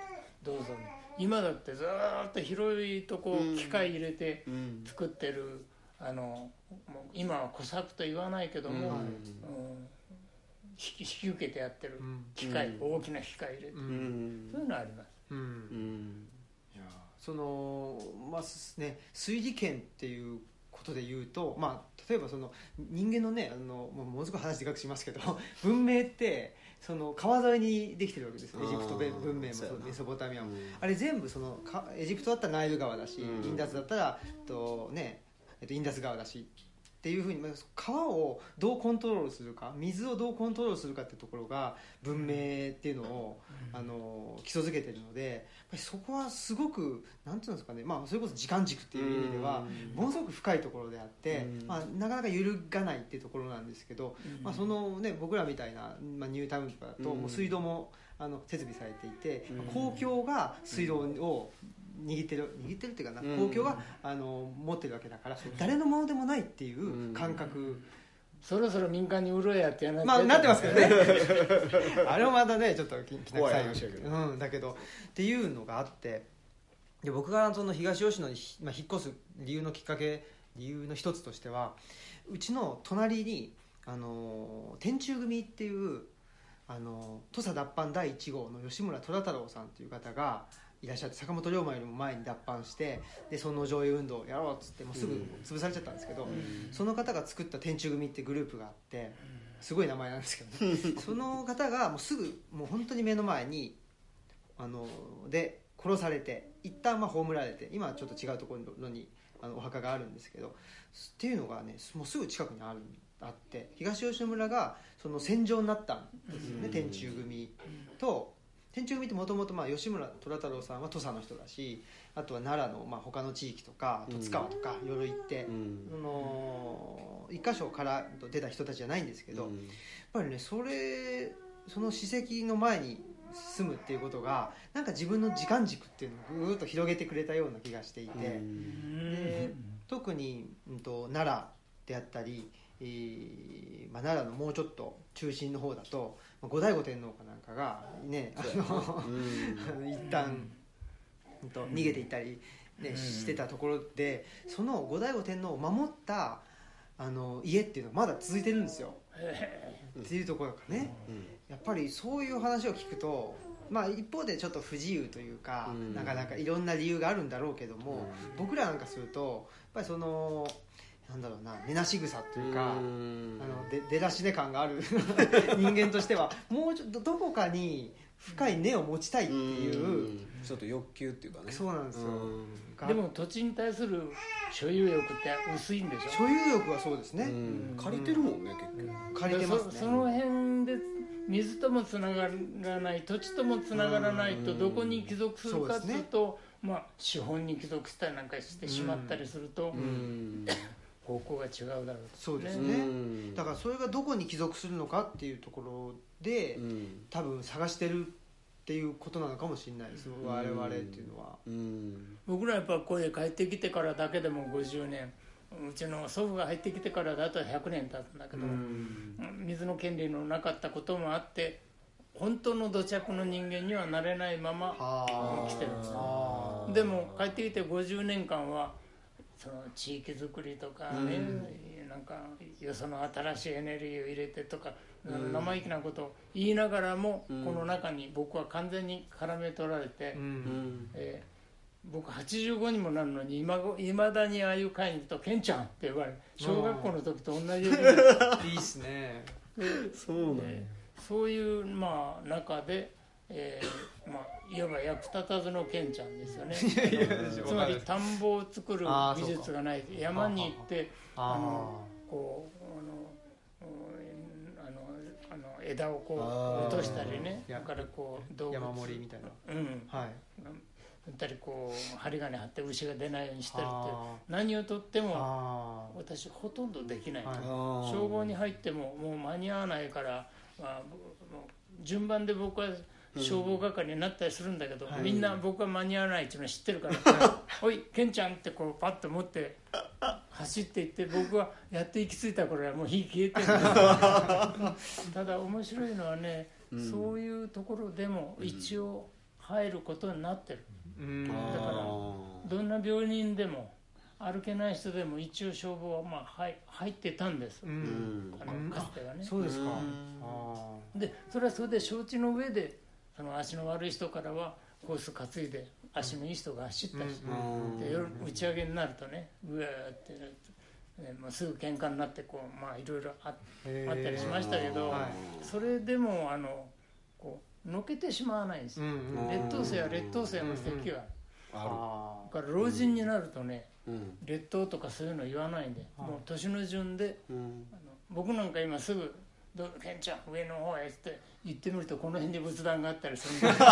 どうぞ今だってずーっと広いとこ機械入れて作ってる、あのもう今は小作と言わないけども、うんうん、引き引き受けてやってる機械、うん、大きな機械入れて、うん、そういうのあります、うんうん、 いやそのまあね、推理権っていうことで言うと、まあ、例えばその人間のね、あのものすごい話でかくしますけど文明ってその川沿いにできてるわけですよ。エジプト文明もそうメソポタミアも、うん、あれ全部そのエジプトだったらナイル川だし、うん、インダスだったらと、ね、えっと、インダス川だしっていうふうに川をどうコントロールするか、水をどうコントロールするかっていうところが文明っていうのを、うん、あの基礎づけてるので、やっぱりそこはすごくなんていうんですかね、まあ、それこそ時間軸っていう意味ではものすごく深いところであって、まあ、なかなか揺るがないっていうところなんですけど、まあそのね、僕らみたいな、まあ、ニュータウンとかだともう水道もあの設備されていて、公共が水道を握ってる握ってるっていうかな、公共があの持ってるわけだから、誰のものでもないっていう感覚、 そろそろ民間に売ろうやってやらまあなってますけどねあれもまたねちょっときな臭いよし、うん、だけどっていうのがあって、で僕がその東吉野に、まあ、引っ越す理由のきっかけ理由の一つとしては、うちの隣にあの天中組っていうあの土佐脱藩だいいち号の吉村虎太郎さんという方がいらっしゃって、坂本龍馬よりも前に脱藩して、でその上映運動をやろうっつってもうすぐ潰されちゃったんですけど、うん、その方が作った天中組ってグループがあって、すごい名前なんですけど、ね、その方がもうすぐもう本当に目の前にあので殺されて、一旦まあ葬られて、今はちょっと違うところにあのお墓があるんですけどっていうのがね、もうすぐ近くにあるあって、東吉野村がその戦場になったんですよね、うん、天中組と。天中組ってもともと吉村虎太郎さんは土佐の人だし、あとは奈良のまあ他の地域とか十津川とかいろいろ行って、うん、その一箇所から出た人たちじゃないんですけど、うん、やっぱりねそれその史跡の前に住むっていうことがなんか自分の時間軸っていうのをぐーっと広げてくれたような気がしていて、うん、で特に、うん、と奈良であったり、えーまあ、奈良のもうちょっと中心の方だと後醍醐天皇かなんかがね、あの、うん、一旦、うん、と逃げていったり、ね、うん、してたところで、その後醍醐天皇を守ったあの家っていうのがまだ続いてるんですよ、うん、っていうところがね、うん、やっぱりそういう話を聞くと、まあ、一方でちょっと不自由というか、うん、なかなかいろんな理由があるんだろうけども、うん、僕らなんかするとやっぱりそのなんだろうな、根なし草というか、うあので出だしで感がある人間としてはもうちょっとどこかに深い根を持ちたいっていうちょっと欲求っていうかね。 そうなんですよ。 でも土地に対する所有欲って薄いんでしょ。 所有欲はそうですね、 借りてるもんね、結局借りてますね。 そ, その辺で水ともつながらない、土地ともつながらないとどこに帰属するかというと、まあ、資本に帰属したりなんかしてしまったりすると、うんうん方向が違うだろうと、ね、 そうですね、うん、だからそれがどこに帰属するのかっていうところで、うん、多分探してるっていうことなのかもしれないです、うん、我々っていうのは、うん、 僕らやっぱここへ帰ってきてからだけでもごじゅうねん、うちの祖父が入ってきてからだとひゃくねん経つんだけど、うん、水の権利のなかったこともあって本当の土着の人間にはなれないまま来てるんですよ。でも帰ってきてごじゅうねんかんはその地域づくりとかね、うん、なんかよその新しいエネルギーを入れてとか、うん、生意気なことを言いながらも、うん、この中に僕は完全に絡め取られて、うんえー、僕はちじゅうごにもなるのにいまだにああいう会に行くとケンちゃんって呼ばれる。小学校の時と同じようにいいっすね。 そうなん、えー、そういう、まあ、中でえーまあ、いわば役立たずのケンちゃんですよね。つまり田んぼを作る技術がない、山に行ってあのこうあのあのあの枝をこう落としたりね、だからこう動物山盛りみたいな、 うんはい、ったりこう針金張って牛が出ないようにしてるって何をとっても私ほとんどできない。消防に入ってももう間に合わないから、まあ、もう順番で僕は消防係になったりするんだけど、うん、みんな僕は間に合わないっていうの知ってるから「おいケンちゃん」ってこうパッと持って走っていって、僕はやって行き着いた頃はもう火消えてるただ面白いのはね、うん、そういうところでも一応入ることになってる。 うんだからどんな病人でも歩けない人でも一応消防はまあ入入ってたんです、 うん、 あのかつてはね。 そうですか。 あでそれはそれで承知の上でその足の悪い人からはコース担いで足のいい人が走ったし、うん、で夜打ち上げになるとねうわーってなって、ね、もうすぐ喧嘩になってこうまあいろいろあったりしましたけど、はい、それでもあのこうのけてしまわないんですよ、うん、劣等生は劣等生の席がある、だから老人になるとね、うん、劣等とかそういうの言わないんで、うん、もう年の順で、うん、あの僕なんか今すぐどケンちゃん上の方へって言ってみるとこの辺で仏壇があったりするんです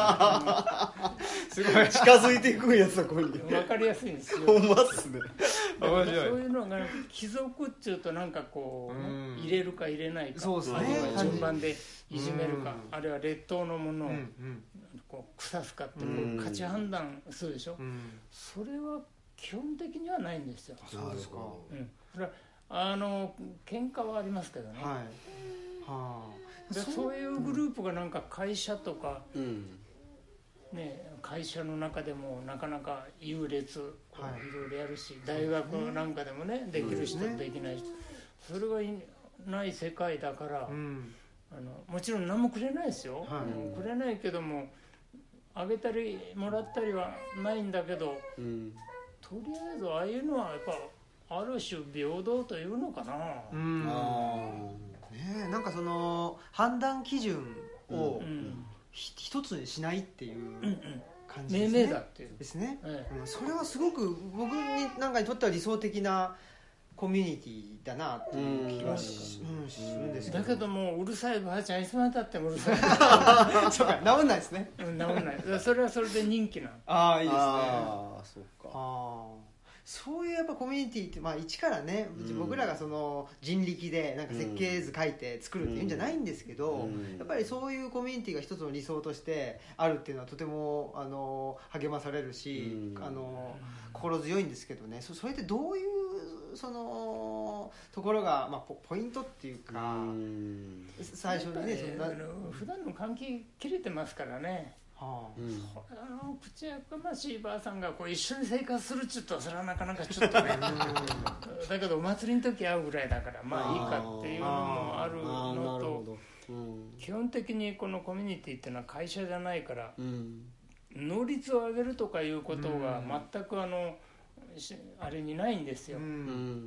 すごい近づいていくんやつだここに分かりやすいんですよ。 ほんまっすね。 そういうのが貴族っちゅうとなんかこう、ね、入れるか入れないか、そうですね、順番でいじめるか、あるいは劣等のものをこう腐すかってこう価値判断するでしょ、うん、それは基本的にはないんですよ。 そうですか、 うん、それはあの喧嘩はありますけどね、はい、はあ、でそういうグループがなんか会社とか、うんね、会社の中でもなかなか優劣、はい、いろいろやるし、大学なんかでもね、できる人、できない人、それがいない世界だから、うん、あのもちろん何もくれないですよ、はい、くれないけどもあげたりもらったりはないんだけど、うん、とりあえずああいうのはやっぱある種平等というのかな、うん、 あ、ね、なんかその判断基準を、うん、一つにしないっていう感じですね、 命名だっていうですね、ええ、うん、それはすごく僕になんかにとっては理想的なコミュニティだなっていう気が し,、うん、するんですけど、 だけどもううるさいばあちゃんいつまでたってもうるさいそうか、治んないですね、 うん、治んないそれはそれで人気な。 ああ、いいですね。ああ、そうか。あ、そういうやっぱコミュニティって、まあ、一からね、うん、僕らがその人力でなんか設計図書いて作るっていうんじゃないんですけど、うん、やっぱりそういうコミュニティが一つの理想としてあるっていうのはとてもあの励まされるし、うん、あの心強いんですけどね、 そ, それってどういうそのところが、まあ、ポ, ポイントっていうか、うん、最初にね、そんな普段の関係切れてますからね、はあ、うん、あの口やかましいばあさんがこう一緒に生活するっちゅうとそれはなかなかちょっとねだけどお祭りの時会うぐらいだからまあいいかっていうのもあるのと、うん、基本的にこのコミュニティっていうのは会社じゃないから、うん、能率を上げるとかいうことが全くあのあれにないんですよ、うん、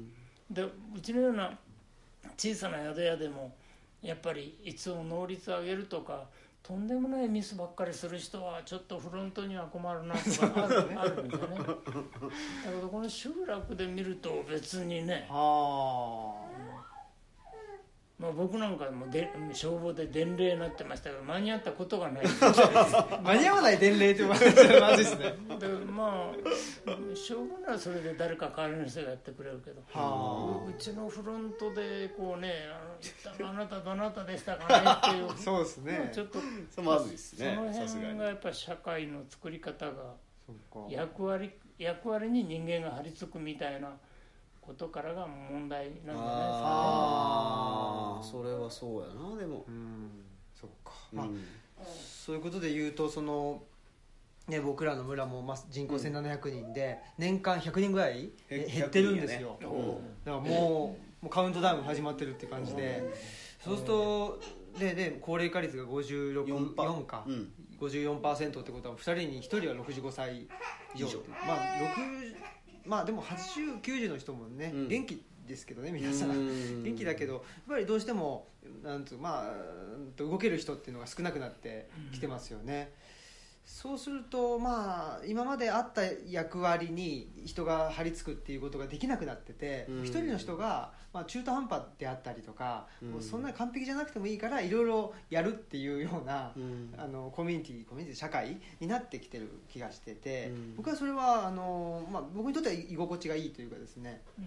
でうちのような小さな宿屋でもやっぱりいつも能率を上げるとかとんでもないミスばっかりする人はちょっとフロントには困るなとかある、ね、あるんですよね。だけどこの集落で見ると別にね、はあ、まあ、僕なんかもで消防で伝令になってましたけど間に合ったことがない間に合わない伝令ってまずいですね。 でまあ消防ならそれで誰か代わりの人がやってくれるけど、はあ、うちのフロントでこうね、あのあなたどなたでしたかねっていうそうですね、 ちょっとまずいですね、 その辺がやっぱり社会の作り方が役割役割に人間が張り付くみたいなことからが問題なんじゃないですかね。 ああ、それはそうやな。でも、うん、 そっか、まあ、うん、そういうことで言うとその、ね、僕らの村もまあ人口せんななひゃくにんで、うん、年間ひゃくにんぐらい減ってるんですよ、ね、だからもう、もうカウントダウン始まってるって感じで、そうするとでで高齢化率がごじゅうろく、よんか、うん、ごじゅうよんパーセント ってことはふたりにひとりはろくじゅうごさい以上、まあろくまあでもはちじゅう、きゅうじゅうの人もね、うん、元気ですけどね、皆さん元気だけどやっぱりどうしてもなんつう、まあ、動ける人っていうのが少なくなってきてますよね、うん、そうするとまあ今まであった役割に人が張り付くっていうことができなくなってて、うん、一人の人が、まあ、中途半端であったりとか、うん、もうそんなに完璧じゃなくてもいいからいろいろやるっていうような、うん、あのコミュニティコミュニティ社会になってきてる気がしてて、うん、僕はそれはあの、まあ、僕にとっては居心地がいいというかですね、うん、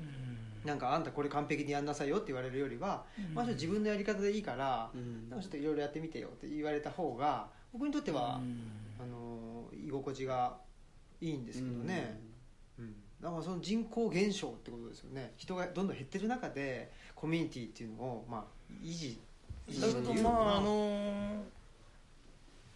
なんかあんたこれ完璧にやんなさいよって言われるよりは、うん、まあ、自分のやり方でいいから、うん、なんかちょっといろいろやってみてよって言われた方が僕にとっては、うん、あの居心地がいいんですけどね、うんうん、だからその人口減少ってことですよね。人がどんどん減ってる中でコミュニティっていうのを、まあ、維持だけどまああの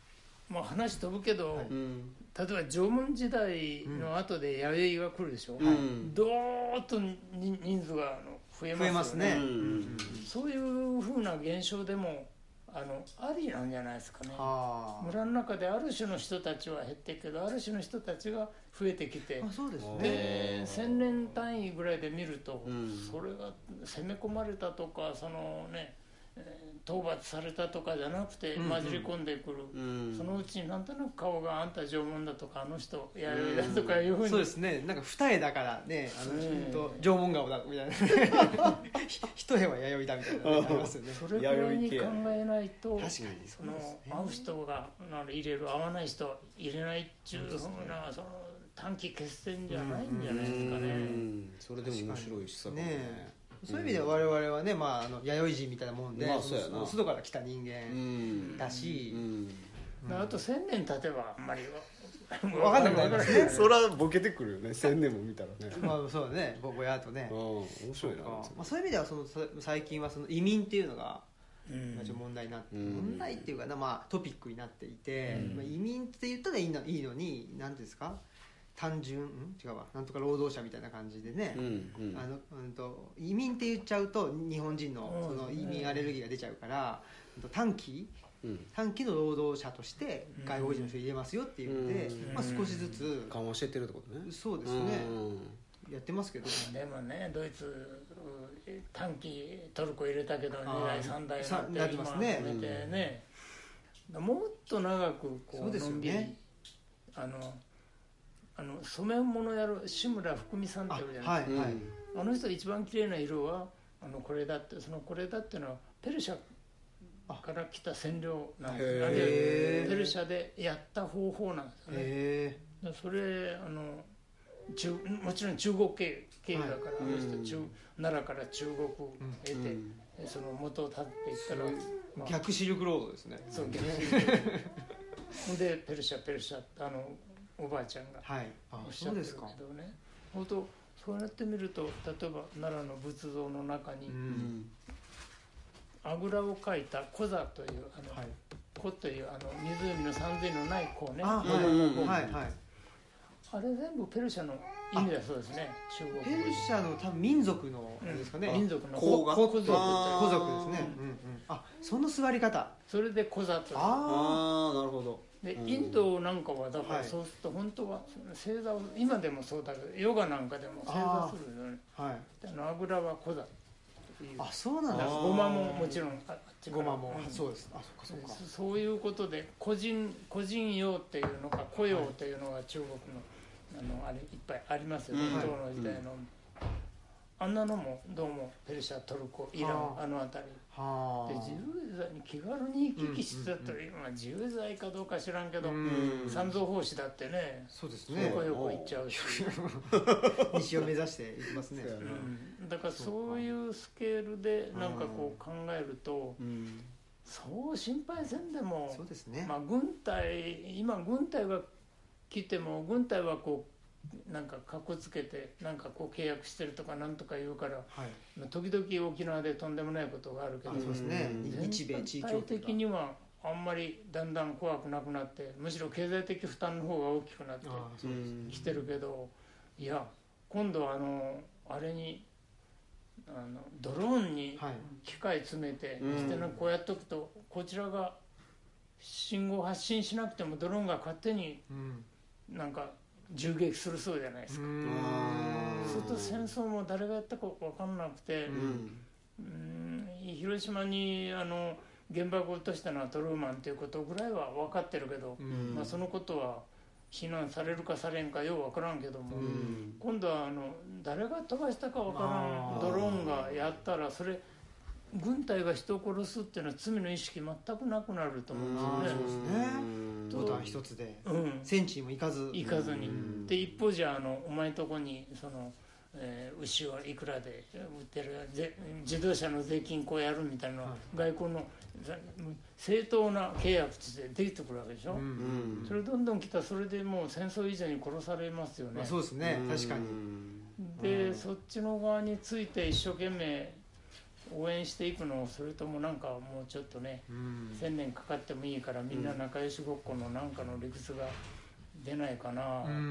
まあ、話飛ぶけど、 はいうん例えば縄文時代の後で弥生が来るでしょ、 うん、 どーっとに人数があの増えますよね。 増えますね、 うんそういうふうな現象でもあのありなんじゃないですかね。 は村の中である種の人たちは減っていくけど、ある種の人たちが増えてきて、 あ、そうですね。 で千年単位ぐらいで見ると、 うんそれが攻め込まれたとか、そのね、えー討伐されたとかじゃなくてうんうん混じり込んでくる、 うんそのうちになんとなく顔があんた縄文だとか、あの人弥生だとかいうふうに、 そうですね。なんか二重だからね、あの、 うんほんと縄文顔だみたいな。一重は弥生だみたいなのありますよね。 それくらいに考えないと、 確かにそのそうですね。 合う人がなる入れる、合わない人は入れないっていうふうな、その短期決戦じゃないんじゃないですかね。 うんそれでも面白いしさねえ。そういう意味では我々はね、まあ、あの弥生人みたいなもんで、 まあそうやなの外から来た人う間んだし、 うんあと千年経てばあんまり分かんなくなりますね。 そりゃボケてくるよね千年も見たらねまあそうだね、ぼぼやっとね。 うん面白いなまあ、そういう意味ではそのさ最近はその移民っていうのが、 うんまあちょっと問題になって、 うん問題っていうかな、まあ、トピックになっていて、 うんまあ、移民って言ったらいいのいいのに何ていうんですか、単純ん違うわ、なんとか労働者みたいな感じでね、 うんうんあのうんと移民って言っちゃうと日本人のうんその移民アレルギーが出ちゃうから、うんと短期うん短期の労働者として外国人の人入れますよっていうので、 うんまあ、少しずつ、 緩和してってるってことねそうですね、やってますけど、 でもね、ドイツう短期トルコ入れたけどにあー代さん代にさなって今なってますね止めてね、もっと長くこそうですよねうのんびり、あのあの染め物やる志村福美さんってあいるじゃないですか。 はいはい、 あの人一番綺麗な色はあのこれだって、そのこれだっていうのはペルシャから来た染料なんですよ。 へーでペルシャでやった方法なんですよね。 へでそれあの中もちろん中国系経由だから、 はいあの人うん中奈良から中国を得て、 うんその元をたっていったら、まあー逆シルクロードですね。 そう逆にほんでペルシャペルシャってあのおばあちゃんがはい、あおっしゃそうですってるけどか。 ね、本当そうやってみると、例えば奈良の仏像の中に、 ううんんあぐらをかいたコザというあの、 はい、 湖というあの湖の山水のない湖ね、 あ、 うんはい、 うんはい、はい。 あれ全部ペルシャの意味だそうですね、中国ペルシャの多分民族のあれですかね。 民族の甲が古族というあ古族ですね。うんうん。あ、その座り方。 それでコザというあああなるほどでうんインドなんかはだからはいそうすると本当は正座を今でもそうだけどヨガなんかでも正座するよね。 あ、はい。 であのあぐらはコザという、 あ、そうなんだです。 からごまももちろんああっちからごまも、 うんそうです。あ、そっかそっか。 そそういうことで個人個人用っていうのか雇用というのが中国のあのあれいっぱいありますよね、 うん唐の時代の、あんなのもどうもペルシャトルコイランはああの辺りはあ。 で自由罪に気軽に行き来してたったら、今自由罪かどうか知らんけど、 うん三蔵法師だってねそうですね。 横横行っちゃうし、 西を目指していきますね。 そうやなうん、だからそういうスケールでなんかこう考えると、 うんそう心配せんでもそうですね。 まあ、軍隊今軍隊が来ても軍隊はこうなんかかっこつけてなんかこう契約してるとかなんとか言うからはい。 時々沖縄でとんでもないことがあるけど、 あ、そうですねう。 日米地域全体的にはあんまりだんだん怖くなくなってむしろ経済的負担の方が大きくなってあ、そうです。 きてるけど、いや今度はあのあれにあのドローンにはい。 機械詰めて、 うんしてなんかこうやっておくとこちらが信号発信しなくてもドローンが勝手にうん。 なんか銃撃するそうじゃないですか。 あそうすると戦争も誰がやったか分かんなくて、 うんうん広島にあの原爆を落としたのはトルーマンということぐらいは分かってるけど、 うんまあ、そのことは非難されるかされんかよう分からんけども、 うん今度はあの誰が飛ばしたか分からあーんドローンがやったらそれ軍隊が人を殺すっていうのは罪の意識全くなくなると思うんですよね。 そうですねボタン一つでうん戦地にも行かず行かずに、 うんで一方じゃあのお前んとこにその、えー牛はいくらで売ってるぜ自動車の税金こうやるみたいなのは、 は外交のざ正当な契約としてできてくるわけでしょ、 うんうんそれどんどん来たらそれでもう戦争以上に殺されますよね、 まあ、そうですね確かにで、 うんそっちの側について一生懸命応援していくの、それともなんかもうちょっとね、うん、せんねんかかってもいいからみんな仲良しごっこのなんかの理屈が出ないかな、うん、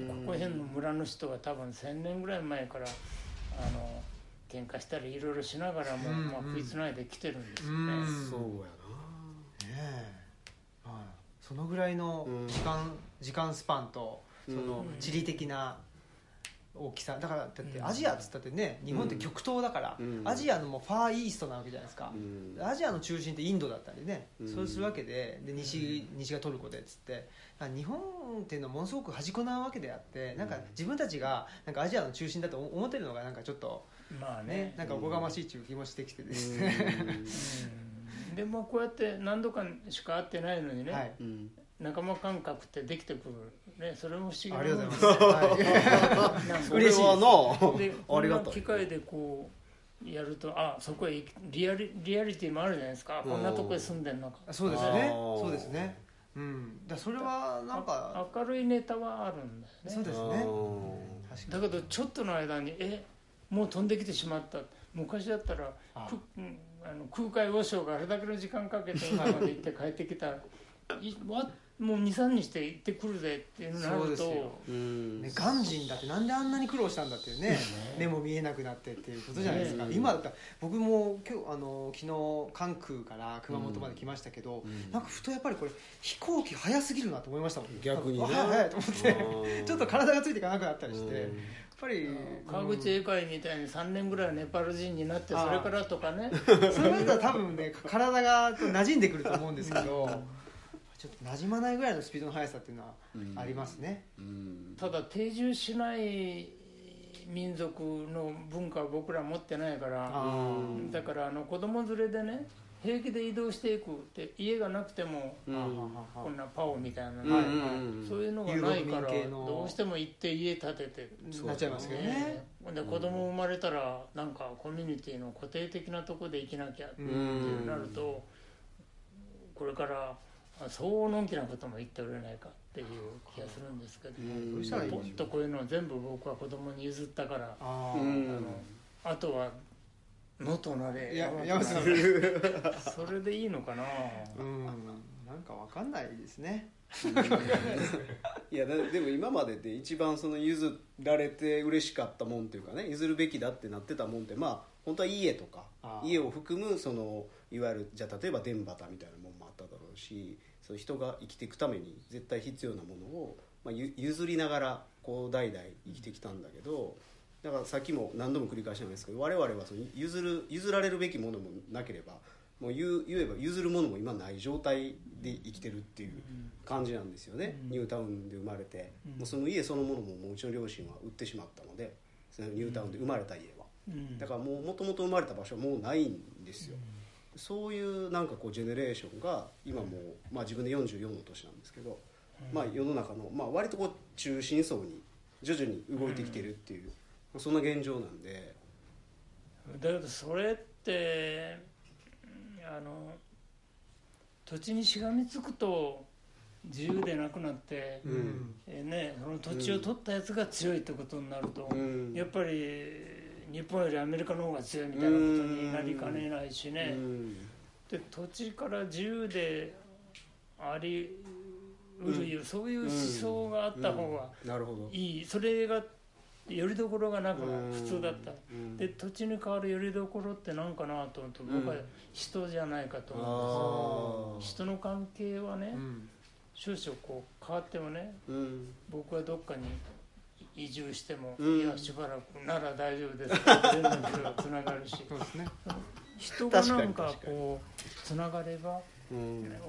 ここへんの村の人が多分せんねんぐらい前からあの喧嘩したりいろいろしながらも、うん、まあ、食いつないできてるんですよね、 うん、そうやな、ねえ、まあ、そのぐらいの時間、うん、時間スパンとその地理的な大きさだから、だってアジアっつったってね、日本って極東だから、うん、アジアのもうファーイーストなわけじゃないですか、うん、アジアの中心ってインドだったりね、うん、そうするわけで、で 西, 西がトルコでっつって、日本っていうのはものすごく端っこなわけであって、なんか自分たちがなんかアジアの中心だと思ってるのがなんかちょっと、まあね、なんかおこがましいっていう気もしてきてですね、 うん、でもこうやって何度かしか会ってないのにね、はい、仲間感覚ってできてくる、ね、それも不思議なもんです、ね、 ありがとうございます。それはな、 でこんな機会でこうやると、あ、そこへリアリ、リアリティもあるじゃないですか、こんなとこへ住んでんのか、 そうですね、そうですね、うん、だそれはなんか明るいネタはあるんだよね。 そうですね、 だけどちょっとの間にえもう飛んできてしまった。昔だったらああの空海和尚があれだけの時間かけて今まで行って帰ってきたいわもう にさんにちで行ってくるぜっていうのになると、そうですよ、 うん、ね、鑑真だってなんであんなに苦労したんだっていう ね, ね目も見えなくなってっていうことじゃないですか、ね、今だったら僕も今日あの昨日関空から熊本まで来ましたけど、うん、なんかふとやっぱりこれ飛行機早すぎるなと思いましたもん。 逆にね、 早い早いと思ってちょっと体がついていかなくなったりして、やっぱり川口英会みたいにさんねんぐらいネパール人になってそれからとかね、 それだったら多分ね体が馴染んでくると思うんですけどちょっと馴染まないぐらいのスピードの速さっていうのはありますね、 うんうん、ただ定住しない民族の文化を僕ら持ってないから、だからあの子供連れでね平気で移動していくって家がなくても、うん、こんなパオみたいな、ね、うん、そういうのがないからどうしても行って家建ててなっちゃいますけどね、 で子供生まれたらなんかコミュニティの固定的なとこで生きなきゃってなると、これからそうのんきなことも言っておれないかっていう気がするんですけど、うん、ポッとこういうのを全部僕は子供に譲ったから、あ, あ, のあとは野となれ山となれそれでいいのかな、 うん、なんかわかんないですねいやでも今までで一番その譲られて嬉しかったもんというかね、譲るべきだってなってたもんって、まあ本当は家とか家を含むそのいわゆるじゃあ例えば田畑みたいなもんもあっただろうし、そういう人が生きていくために絶対必要なものを、まあ、譲りながらこう代々生きてきたんだけど、だからさっきも何度も繰り返したんですけど、我々はその 譲る譲られるべきものもなければもう 言, 言えば譲るものも今ない状態で生きてるっていう感じなんですよね、うん、ニュータウンで生まれて、うん、もうその家そのものももううちの両親は売ってしまったので、そのニュータウンで生まれた家は、うん、だからもう元々生まれた場所はもうないんですよ、うん、そういうなんかこうジェネレーションが今もう、まあ、自分でよんじゅうよんの年なんですけど、うん、まあ、世の中の、まあ、割とこう中心層に徐々に動いてきてるっていう、うん、そんな現状なんで、 だけどそれってあの土地にしがみつくと自由でなくなって、うんえーね、その土地を取ったやつが強いってことになると、うん、やっぱり日本よりアメリカの方が強いみたいなことになりかねないしね、うん、で土地から自由でありうる、うん、そういう思想があった方がいい、それがよりどころがなくなる、普通だった、うん、で土地に代わるよりどころって何かなと思うと、僕は人じゃないかと思うんですよ、人の関係はね、うん、少々こう変わってもね、うん、僕はどっかに移住しても、うん、いやしばらくなら大丈夫です全然つながるしそうです、ね、人がなんかこうつながればうん、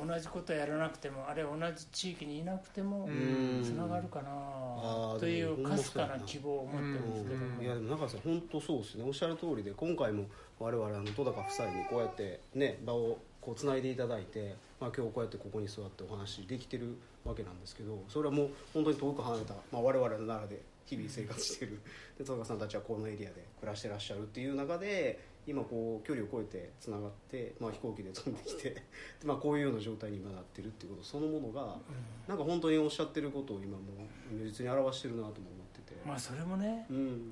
同じことやらなくてもあれ同じ地域にいなくてもつながるかなというかすかな希望を持ってるんですけども、 いやでも中さん本当そうですね、おっしゃる通りで、今回も我々あの戸高夫妻にこうやってね場をこうつないでいただいて、まあ、今日こうやってここに座ってお話できてるわけなんですけど、それはもう本当に遠く離れた、まあ、我々の奈良で日々生活してるで戸高さんたちはこのエリアで暮らしてらっしゃるっていう中で今こう距離を超えてつながって、まあ、飛行機で飛んできてまあこういうような状態に今なってるっていうことそのものが、うん、なんか本当におっしゃってることを今もう如実に表してるなとも思ってて、 まあそれもね、うん、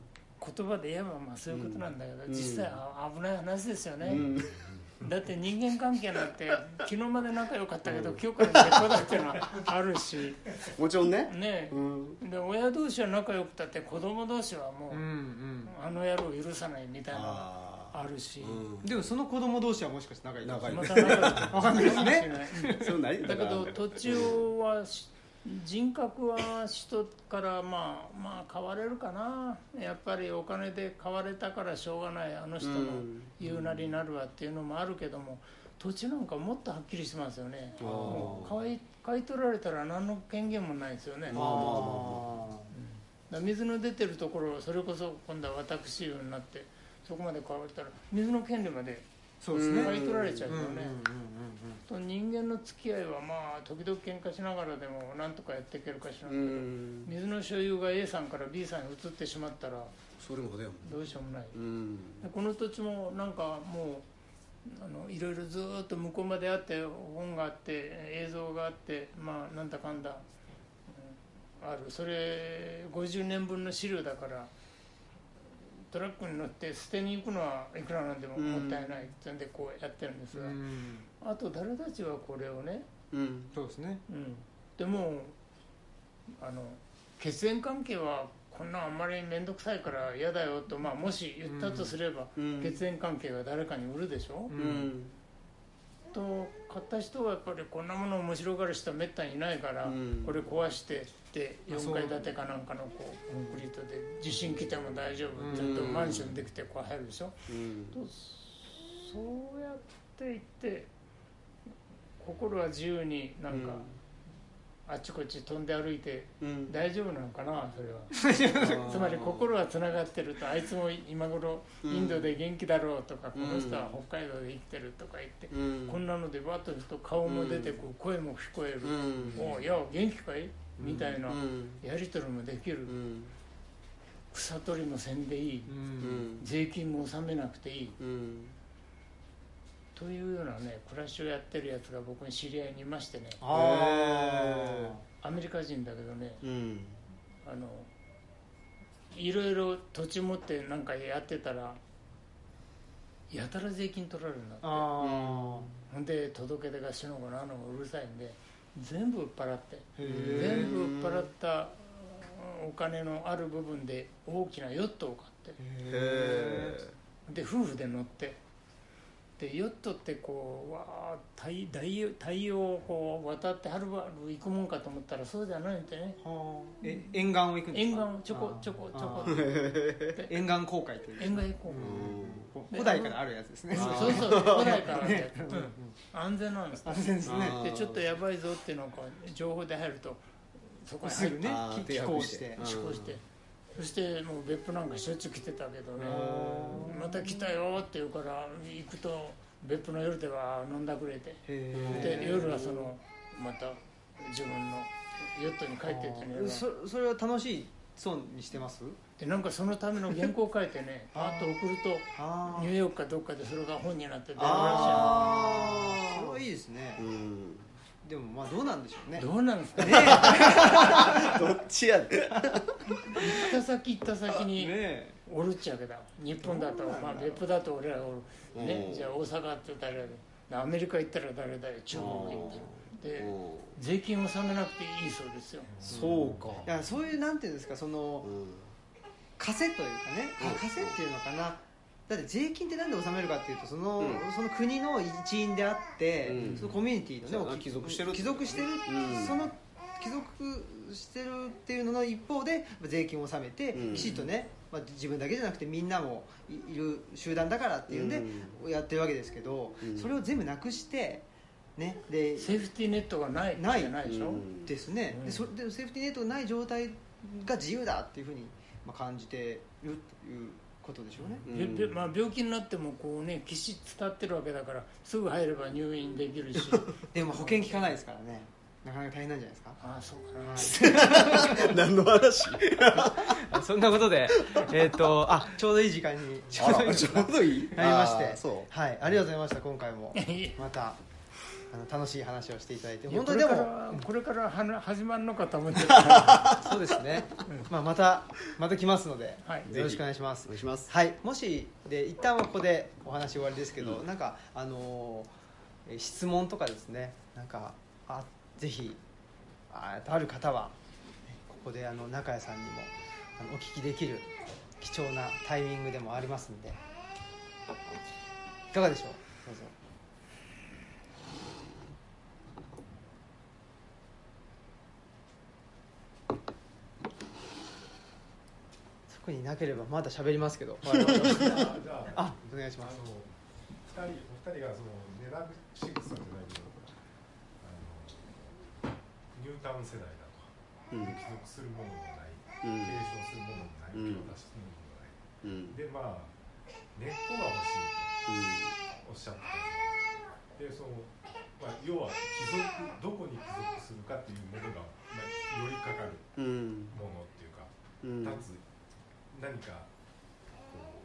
言葉で言えばまあそういうことなんだけど、 うん、 実際あ危ない話ですよね、 うん、 だって人間関係なんて昨日まで仲良かったけど、うん、今日から絶好だっていうのはあるしもちろんねね、うん、で親同士は仲良くたって子供同士はもう、うんうん、あの野郎を許さないみたいなあるし、 うん、でもその子供同士はもしかして仲いい仲いいまた仲良く分かんないですねだけど途中は人格は人からまあまあ変われるかな、やっぱりお金で買われたからしょうがないあの人の言うなりなるわっていうのもあるけども、土地なんかもっとはっきりしますよね。もう買い、買い取られたら何の権限もないですよね。あ、うん、水の出てるところそれこそ今度は私有になってそこまで買われたら水の権利までそうですね、買い取られちゃうよね。と人間の付き合いはまあ時々喧嘩しながらでもなんとかやっていけるかしらんけど、水の所有が A さんから B さんに移ってしまったらそれもだよどうしようもない。この土地もなんかもうあのいろいろずっと向こうまであって本があって映像があってまあなんだかんだ、うん、ある。それごじゅうねんぶんの資料だからトラックに乗って捨てに行くのはいくらなんでももったいないってんでこうやってるんですが、うん、あと誰たちはこれをね、 うん、そうですね、 うん、でもあの血縁関係はこんなあんまり面倒くさいから嫌だよと、まあ、もし言ったとすれば、うん、血縁関係が誰かに売るでしょ、うん、と買った人はやっぱりこんなもの面白がる人はめったにいないから、うん、これ壊してでよんかい建てかなんかのこうコンクリートで地震来ても大丈夫って言うとマンションできてこう入るでしょ、うん、とそうやっていって心は自由になんか、うん、あっちこっち飛んで歩いて大丈夫なのかなそれはつまり心はつながってるとあいつも今頃インドで元気だろうとか、うん、この人は北海道で生きてるとか言って、うん、こんなのでバッとすると顔も出てくる、うん、声も聞こえる、うん、おいや元気かいみたいなやり取りもできる、うん、草取りもせんでいい、うん、税金も納めなくていい、うん、というようなね暮らしをやってるやつが僕に知り合いにいましてね、あアメリカ人だけどね、うん、あのいろいろ土地持ってなんかやってたらやたら税金取られるんだって、ほんで届け出がしのごなのがうるさいんで全部売っ払って全部売っ払ったお金のある部分で大きなヨットを買ってで夫婦で乗ってでヨットってこうわ太太陽をこう渡ってはるばる行くもんかと思ったらそうじゃないんでね、はえ沿岸を行くんですか。 沿岸をちょこちょこちょこ沿岸航海という沿岸航海古代からあるやつですね。 そうそう古代からあるやつ、うん、安全なんです安全ですね。 でちょっとやばいぞっていうのが情報で入るとそこにすぐね寄港して寄港してそしてもう別府なんかしょっちゅう来てたけどねまた来たよって言うから行くと別府の夜では飲んだくれてで夜はそのまた自分のヨットに帰ってってねそ, それは楽しいそうにしてますでなんかそのための原稿書いてねパッと送るとニューヨークかどっかでそれが本になって出るらしい。 あそれはいいですね。うんでもまあどうなんでしょうね。 どうなんですかねどっちやね行った先行った先におるっちゃうけど日本だと、まあ、別府だと俺らおる、ね、じゃあ大阪って誰だアメリカ行ったら誰だよ中国行ってるで税金を納めなくていいそうですよ。 そうか。いやそういうなんていうんですかその、うん、枷というかね枷っていうのかな。だって税金ってなんで納めるかっていうとその、うん、その国の一員であって、うん、そのコミュニティのね帰属してる帰属してる、うん、その帰属してるっていうのの一方で税金を納めて、うん、きちっとね、まあ、自分だけじゃなくてみんなも い, いる集団だからっていうんでやってるわけですけど、うん、それを全部なくしてね、でセーフティーネットがないないじゃないでしょ、うん、 ですね、うん、でそでセーフティーネットがない状態が自由だっていうふうに、まあ、感じてるということでしょうね、 うんまあ、病気になってもこう、ね、きちっと伝ってるわけだからすぐ入れば入院できるしでも保険効かないですからねなかなか大変なんじゃないですか。 ああそうかな何の話そんなことで、えー、とあちょうどいい時間にちょうどいいなりましてそう、 はい、ありがとうございました今回もまたあの楽しい話をしていただいて、 本本当にでもこれからはな始まるのかと思ってたそうですね、まあ、またまた来ますので、 はいよろしくお願いします。 お願いします。 はい、もしで一旦はここでお話終わりですけど、うん、なんかあのー、質問とかですね、なんかあぜひ あ, ある方はここであの中谷さんにもあのお聞きできる貴重なタイミングでもありますので、いかがでしょう。どうぞ。特になければまだ喋りますけど。 じゃあ、 あ、お願いします。 あの二人お二人がそのネラブシックスさんじゃないけど、あのニュータウン世代だとか、うん、帰属するものもない、うん、継承するものもない、手渡しするものもない、うん、でまあ根っこが欲しいとおっしゃってたんですよ。でその、まあ、要は帰属どこに帰属するかっていうものが、まあ、よりかかるものっていうか、うん、立つ何かこう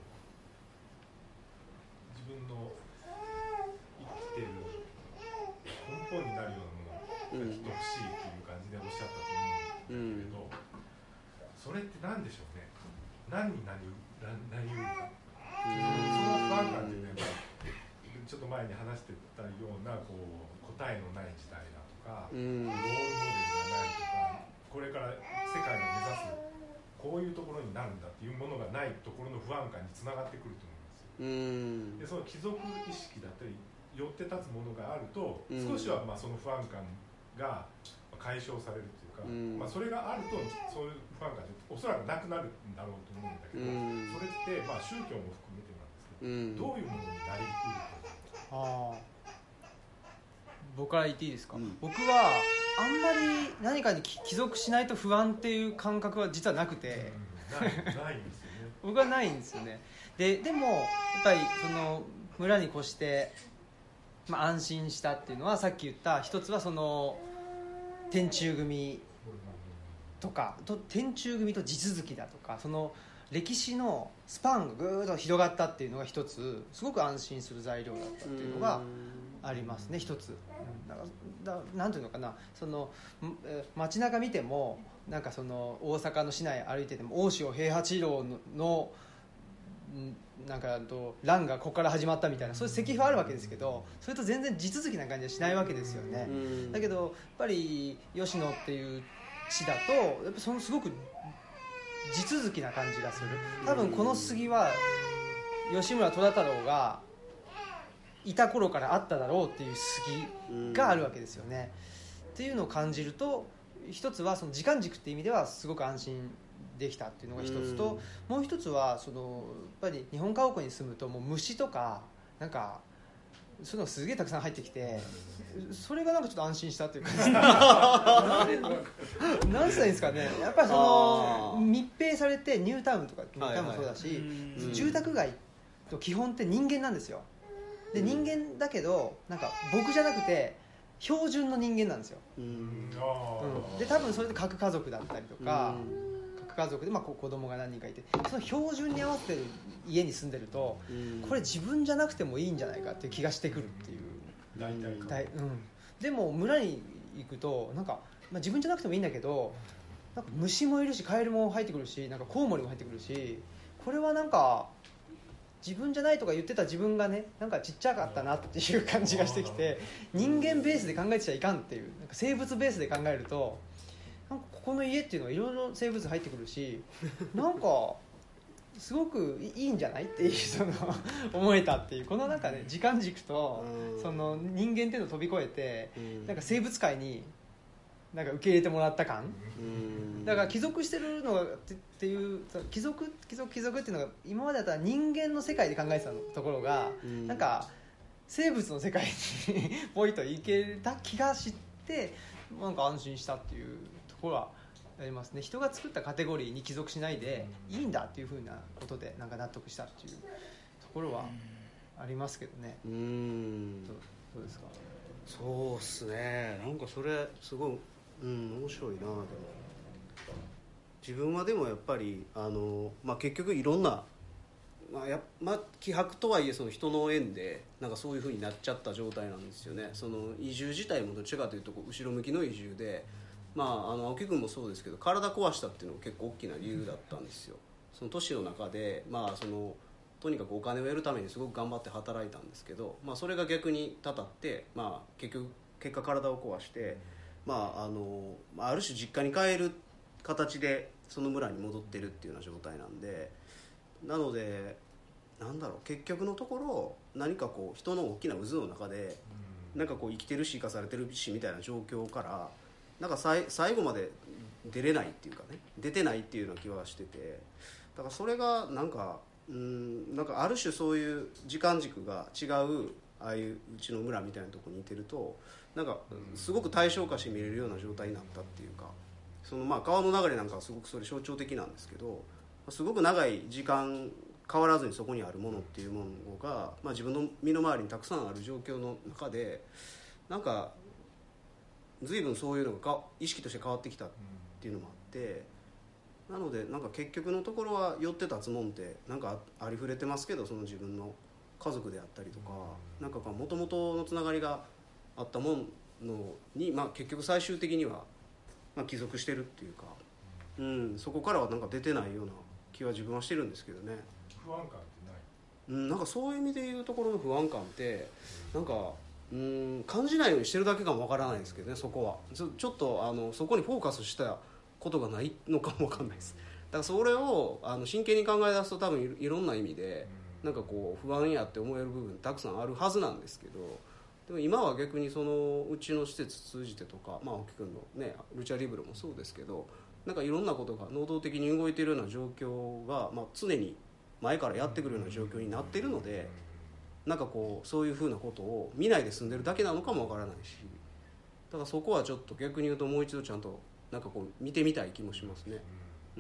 自分の生きてる根本になるようなものがきっと欲しいっていう感じでおっしゃったと思うんだけど、うん、それって何でしょうね。何になりなりうるか、うん、その不安感っていうのはちょっと前に話してたようなこう答えのない時代だとか、うん、ロールモデルがないとか、これから世界が目指すこういうところになるんだっていうものがないところの不安感につながってくると思います。うんでその帰属意識だったり寄って立つものがあると、うん、少しはまあその不安感が解消されるというか、うんまあ、それがあるとそういう不安感っておそらくなくなるんだろうと思うんだけど、うん、それってまあ宗教も含めてなんですけど、うん、どういうものになりうると思いますか。 僕から言っていいですか、うん、僕はあんまり何かに帰属しないと不安っていう感覚は実はなくて、 うん、ない、ないんですよね僕はないんですよね。で、でもやっぱりその村に越して、まあ、安心したっていうのはさっき言った一つはその天中組とかと天中組と地続きだとかその歴史のスパンがぐーっと広がったっていうのが一つすごく安心する材料だったっていうのがありますね。一つ、うん、だだなんていうのかな、その街中見てもなんかその大阪の市内歩いてても大塩平八郎ののなんかと乱がここから始まったみたいなそういう石碑はあるわけですけど、それと全然地続きな感じはしないわけですよね。だけどやっぱり吉野っていう市だとやっぱそのすごく地続きな感じがする。多分この杉は吉村虎太郎がいた頃からあっただろうっていう杉があるわけですよね。っていうのを感じると一つはその時間軸っていう意味ではすごく安心できたっていうのが一つと、もう一つはそのやっぱり日本家屋に住むともう虫とかなんかそういうのがすげえたくさん入ってきて、それがなんかちょっと安心したっていう感じなんていうんですかね、やっぱりその密閉されてニュータウンとかニュータウンもそうだし、はいはい、住宅街と基本って人間なんですよ。で人間だけどなんか僕じゃなくて標準の人間なんですよ、うんうん、で多分それで核家族だったりとか、うん、核家族でまあ子供が何人かいてその標準に合わせてる家に住んでると、うん、これ自分じゃなくてもいいんじゃないかっていう気がしてくるっていう、 大体、 うん、でも村に行くとなんか、まあ、自分じゃなくてもいいんだけどなんか虫もいるしカエルも入ってくるしなんかコウモリも入ってくるし、これはなんか自分じゃないとか言ってた自分がねなんかちっちゃかったなっていう感じがしてきて、人間ベースで考えてちゃいかんっていう、なんか生物ベースで考えるとなんかここの家っていうのはいろいろ生物入ってくるしなんかすごくいいんじゃないっていうその思えたっていう、このなんかね時間軸とその人間っていうのを飛び越えてなんか生物界になんか受け入れてもらった感、だから帰属してるのがっていう帰属帰属帰属っていうのが今までだったら人間の世界で考えてたところがなんか生物の世界にポイといけた気がしてなんか安心したっていうところはありますね。人が作ったカテゴリーに帰属しないでいいんだっていう風なことでなんか納得したっていうところはありますけどね。うーん ど, どうですか。 そうっすね、なんかそれすごいうん面白いな。でも自分はでもやっぱりあの、まあ、結局いろんなまあやまあ、希薄とはいえその人の縁でなんかそういう風になっちゃった状態なんですよね。その移住自体もどっちかというとこう後ろ向きの移住で、まあ、あの青木君もそうですけど体壊したっていうのが結構大きな理由だったんですよ。その都市の中で、まあ、そのとにかくお金を得るためにすごく頑張って働いたんですけど、まあ、それが逆にたたって、まあ、結局結果体を壊して、まあ、あのある種実家に帰る形でその村に戻ってるっていうような状態なんで、なのでなんだろう、結局のところ何かこう人の大きな渦の中でなんかこう生きてるし生かされてるしみたいな状況からなんかさい最後まで出れないっていうかね、出てないっていうような気はしてて、だからそれがなんかうーんなんかある種そういう時間軸が違うああいううちの村みたいなところにいてるとなんかすごく対象化して見れるような状態になったっていうか、そのまあ川の流れなんかはすごくそれ象徴的なんですけど、すごく長い時間変わらずにそこにあるものっていうものが、まあ、自分の身の回りにたくさんある状況の中でなんか随分そういうのがか意識として変わってきたっていうのもあって、なのでなんか結局のところは寄って立つもんってなんかありふれてますけど、その自分の家族であったりとかなんかもともとのつながりがあったものに、まあ、結局最終的にはまあ帰属してるっていうか、うん、そこからはなんか出てないような気は自分はしてるんですけどね。 不安感ってない？ うん、なんかそういう意味でいうところの不安感ってなんかうん感じないようにしてるだけかもわからないですけどね。そこはちょ、ちょっとあのそこにフォーカスしたことがないのかもわかんないです。だからそれをあの真剣に考え出すと多分 い, いろんな意味でなんかこう不安やって思える部分たくさんあるはずなんですけど、でも今は逆にそのうちの施設通じてとか、まあ、青木君のねルチャリブロもそうですけど、なんかいろんなことが能動的に動いているような状況が、まあ、常に前からやってくるような状況になっているので、なんかこうそういうふうなことを見ないで済んでるだけなのかもわからないし、だからそこはちょっと逆に言うともう一度ちゃんとなんかこう見てみたい気もしますね。うん、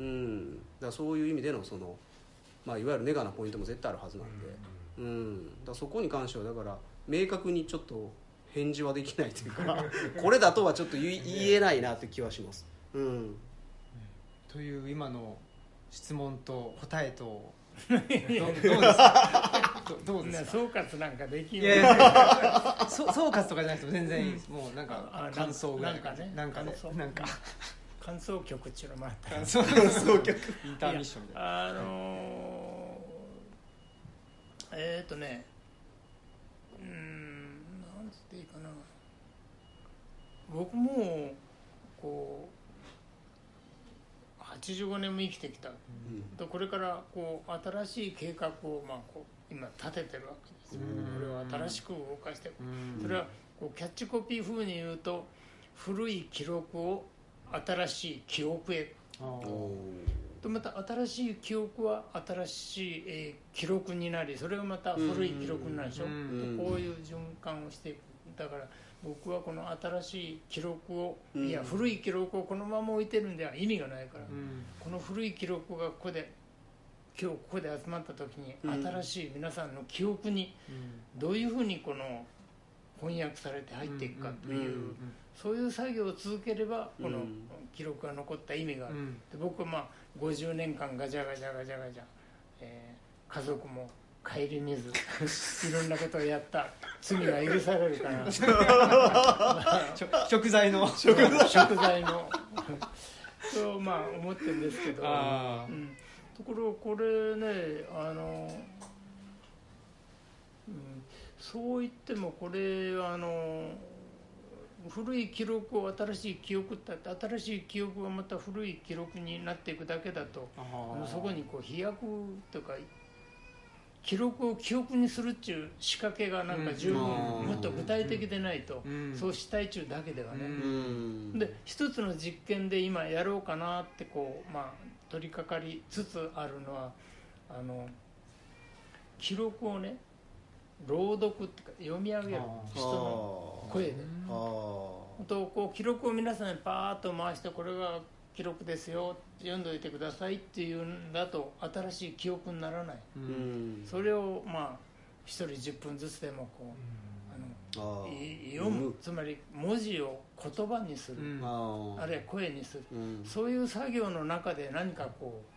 だからそういう意味でのその、まあ、いわゆるネガなポイントも絶対あるはずなんで、うん、だからそこに関してはだから明確にちょっと返事はできないというかこれだとはちょっと言えないなって気はします。うん、 という今の質問と答えとど, どうですかど, どうですか総括なんかできいやいや総括とかじゃなくて全然いいです、うん、もうなんか感想ぐらいなんかねなんかねなんか感想曲っていうのもあった感想曲インターミッションみたいな。 あのー、えっ、ー、とねうーんなんつっていいかな、僕もこうはちじゅうごねんも生きてきた、うん、これからこう新しい計画を、まあ、こう今立ててるわけですよ。これを新しく動かしていく。それはこうキャッチコピー風に言うと古い記録を新しい記憶へと、また新しい記憶は新しい、えー、記録になり、それがまた古い記録になるでしょ、うん、こういう循環をしていく。だから僕はこの新しい記録を、うん、いや古い記録をこのまま置いてるんでは意味がないから、うん、この古い記録がここで今日ここで集まった時に、うん、新しい皆さんの記憶にどういうふうにこの翻訳されて入っていくかという、うんうん、そういう作業を続ければこの記録が残った意味がある、うん、で僕はまあごじゅうねんかんガチャガチャガチャガチャ、えー、家族も顧みずいろんなことをやった罪が許されるかな食材の食材のとまあ思ってるんですけど、うん、ところこれねあの、うん、そう言ってもこれあの古い記録を新しい記憶って新しい記憶がまた古い記録になっていくだけだと、そこにこう飛躍とか記録を記憶にするっていう仕掛けがなんか十分、うん、もっと具体的でないと、うん、そうしたいちゅうだけではね、うん、で一つの実験で今やろうかなってこう、まあ、取り掛かりつつあるのはあの記録をね朗読っていうか読み上げる人の声でとこう記録を皆さんにパーッと回してこれが記録ですよ読んどいてくださいっていうんだと新しい記憶にならない、うん、それをまあ一人じゅっぷんずつでもこう、うん、あの読む、つまり文字を言葉にする、うん、あるいは声にする、うん、そういう作業の中で何かこう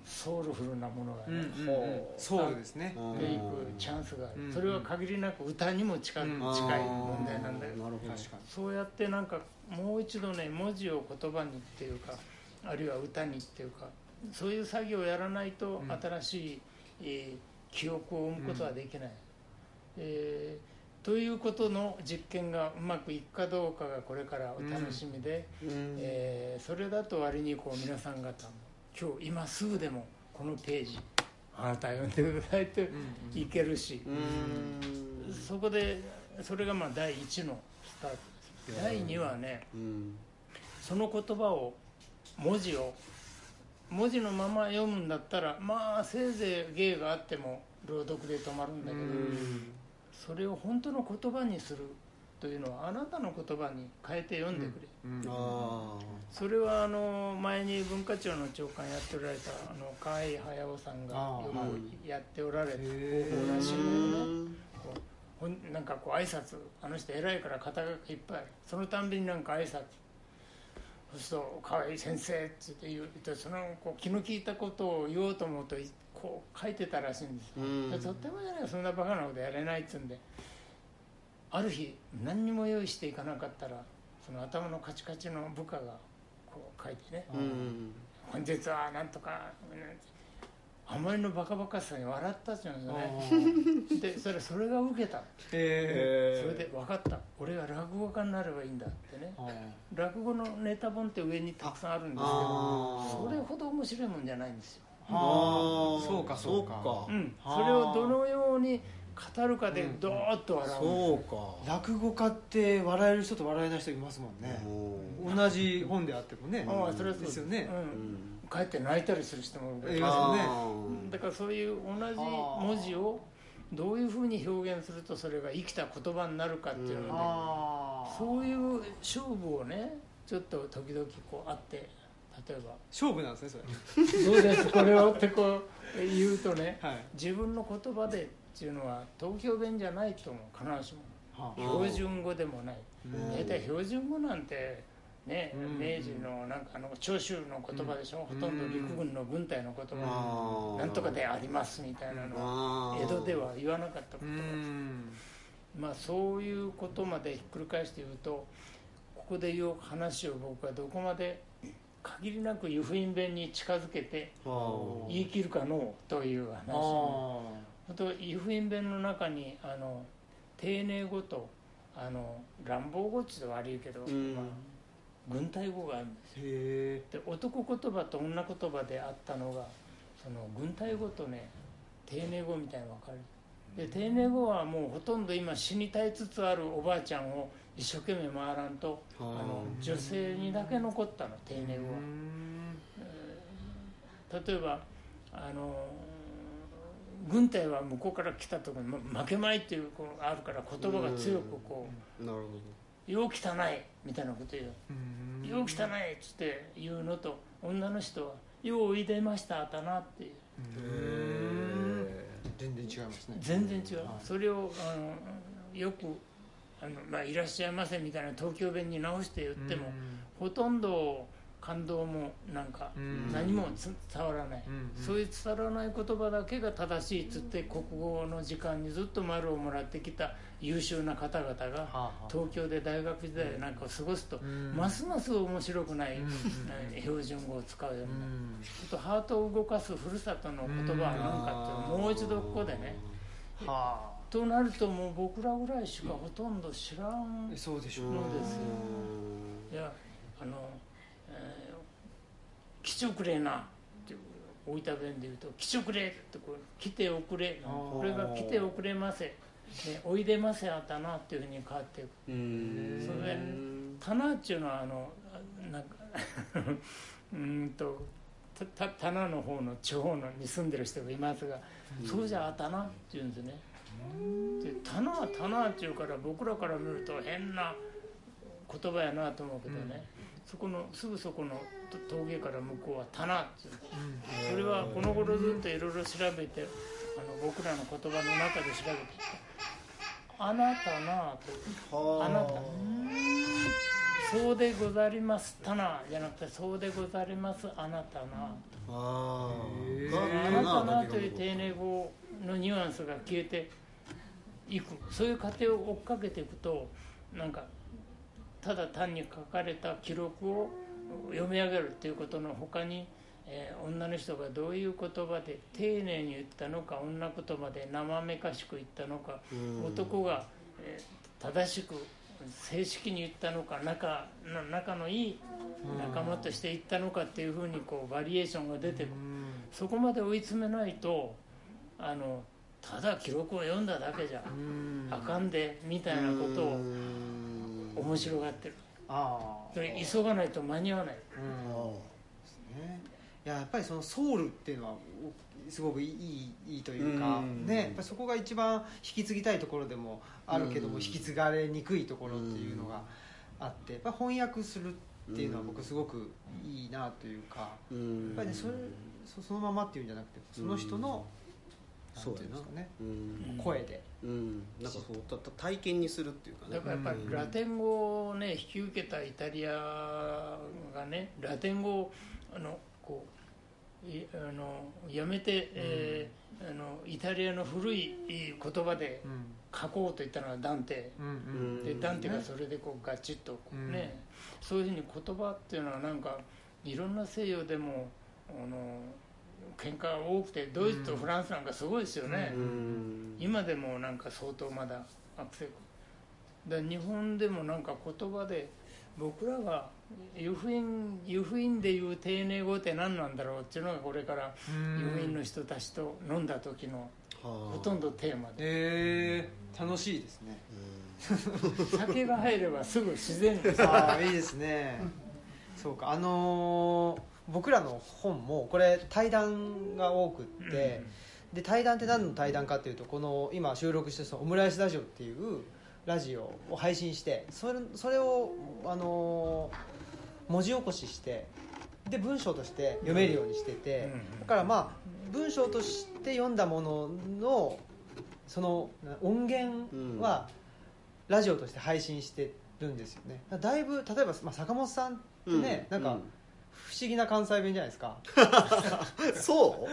ソウルフルなものがね、 うんうんうん、ソウルですねでいくチャンスがある、 うん、 それは限りなく歌にも近い、うん、近い問題なんだけど、 なるほど、 確かにそうやってなんかもう一度ね文字を言葉にっていうかあるいは歌にっていうかそういう作業をやらないと新しい、うんえー、記憶を生むことはできない、うんえー、ということの実験がうまくいくかどうかがこれからお楽しみで、うんえー、それだと割にこう皆さん方今日今すぐでもこのページあなた読んでくださいっていけるし、うん、そこでそれがまあ第一のスタートです。だいにはね、うん、その言葉を文字を文字のまま読むんだったらまあせいぜい芸があっても朗読で止まるんだけど、うん、それを本当の言葉にするというのはあなたの言葉に変えて読んでくれ、うんうん、あそれはあの前に文化庁の長官やっておられたあの河合隼さんがよくやっておられた方法らしいんだよね。なんかこう挨拶あの人偉いから肩書きいっぱいあるそのたんびになんか挨拶そうすると河合先生って言うとそのこう気の利いたことを言おうと思うとこう書いてたらしいんですよ。でとってもじゃないそんなバカなことやれないっつうんである日何にも用意していかなかったらその頭のカチカチの部下がこう書いてね、うん、本日はなんとかあまりのバカバカしさに笑ったって言うんですよね。でそれそれが受けた、えー、それで分かった俺が落語家になればいいんだってね。落語のネタ本って上にたくさんあるんですけどそれほど面白いもんじゃないんですよ。 あそうかそうか、 うん、それをどのように語るかでドーッと笑う、 うんうん、そうか落語家って笑える人と笑えない人いますもんね。同じ本であってもね。 ああそれはそうですよね、うん、帰って泣いたりする人もいますよね。だからそういう同じ文字をどういうふうに表現するとそれが生きた言葉になるかっていうので、そういう勝負をねちょっと時々こうあって例えば勝負なんですねそれそうですこれをってこう言うとね、はい、自分の言葉でっていうのは東京弁じゃないと思う必ずしも、はあ、標準語でもない。大体標準語なんてね、明治のなんかあの長州の言葉でしょ、うん、ほとんど陸軍の軍隊の言葉、うん、なんとかでありますみたいなのは江戸では言わなかったことが、うん、まあそういうことまでひっくり返して言うとここで言う話を僕はどこまで限りなく湯布院弁に近づけて言い切るかのという話。あと湯布院弁の中にあの丁寧語とあの乱暴語って言うと悪いけど、うんまあ、軍隊語があるんですよ。へで男言葉と女言葉であったのがその軍隊語とね丁寧語みたいなの分かる。で丁寧語はもうほとんど今死に絶えつつあるおばあちゃんを一生懸命回らんとあの女性にだけ残ったの丁寧語は。例えばあの軍隊は向こうから来た時に負けまいっていうこうあるから言葉が強くこう「なるほどよう汚い」みたいなこと言う「よう汚い」っつって言うのと女の人は「ようおいでましたあたな」っていう。 全然違いますね。 全然違う、はい、それをあのよくあの、まあ「いらっしゃいませ」みたいな東京弁に直して言ってもほとんど感動もなんか何も伝わらない、うんうん、そういう伝わらない言葉だけが正しいっつって国語の時間にずっと丸をもらってきた優秀な方々が東京で大学時代なんかを過ごすとますます面白くない標準語を使うようになる。ちょっとハートを動かすふるさとの言葉は何かっていうのをもう一度ここでねとなるともう僕らぐらいしかほとんど知らんのですよ。いやあの来ちょくれなって大分弁で言うと来ちょくれってこう来ておくれこれが来ておくれませ、ね、おいでませあたなっていうふうに変わっていく。それでたなっていうのはあのなんかうんとた棚の方の地方のに住んでる人がいますがそうじゃあたなっていうんですね。で棚は棚っていうから僕らから見ると変な言葉やなと思うけどね、うん、そこのすぐそこの峠から向こうは棚っていう、うん、それはこの頃ずっといろいろ調べてあの僕らの言葉の中で調べてあなたなというあなたそうでござりますたなじゃなくてそうでござりますあなたなあへーーあなたなという丁寧語のニュアンスが消えていくそういう過程を追っかけていくとなんかただ単に書かれた記録を読み上げるっていうことの他に、えー、女の人がどういう言葉で丁寧に言ったのか女言葉で生めかしく言ったのか男が、えー、正しく正式に言ったのか仲の仲のいい仲間として言ったのかっていうふうにこうバリエーションが出てくるそこまで追い詰めないとあのただ記録を読んだだけじゃあかんでみたいなことを面白がってるあそれ急がないと間に合わない、 うんね、いややっぱりそのソウルっていうのはすごくいい、いいというか、ね、やっぱりそこが一番引き継ぎたいところでもあるけども引き継がれにくいところっていうのがあってやっぱ翻訳するっていうのは僕すごくいいなというかやっぱりねそれそのままっていうんじゃなくてその人のなんていうんですかね声でうんなんかそうた体験にするっていうかねだからやっぱりラテン語をね引き受けたイタリアがねラテン語をあのこういあのやめて、うんえー、あのイタリアの古い言葉で書こうと言ったのがダンテ、うん、でダンテがそれでこうガチッとこう、ねうん、そういうふうに言葉っていうのはなんかいろんな西洋でもあの喧嘩が多くてドイツとフランスなんかすごいですよね、うん、今でもなんか相当まだアクセスだ日本でもなんか言葉で僕らが湯布院湯布院でいう丁寧語って何なんだろうっていうのがこれから湯布院の人たちと飲んだ時のほとんどテーマで、 えー、楽しいですね酒が入ればすぐ自然ですあいいですねそうかあのー、僕らの本もこれ対談が多くって、うん、で対談って何の対談かっていうとこの今収録してそのオムライスラジオっていうラジオを配信してそれ、それを、あのー、文字起こししてで文章として読めるようにしてて、うん、だからまあ文章として読んだもののその音源はラジオとして配信してるんですよね。だいぶ例えば、まあ、坂本さんってね、うん、なんか不思議な関西弁じゃないですかそう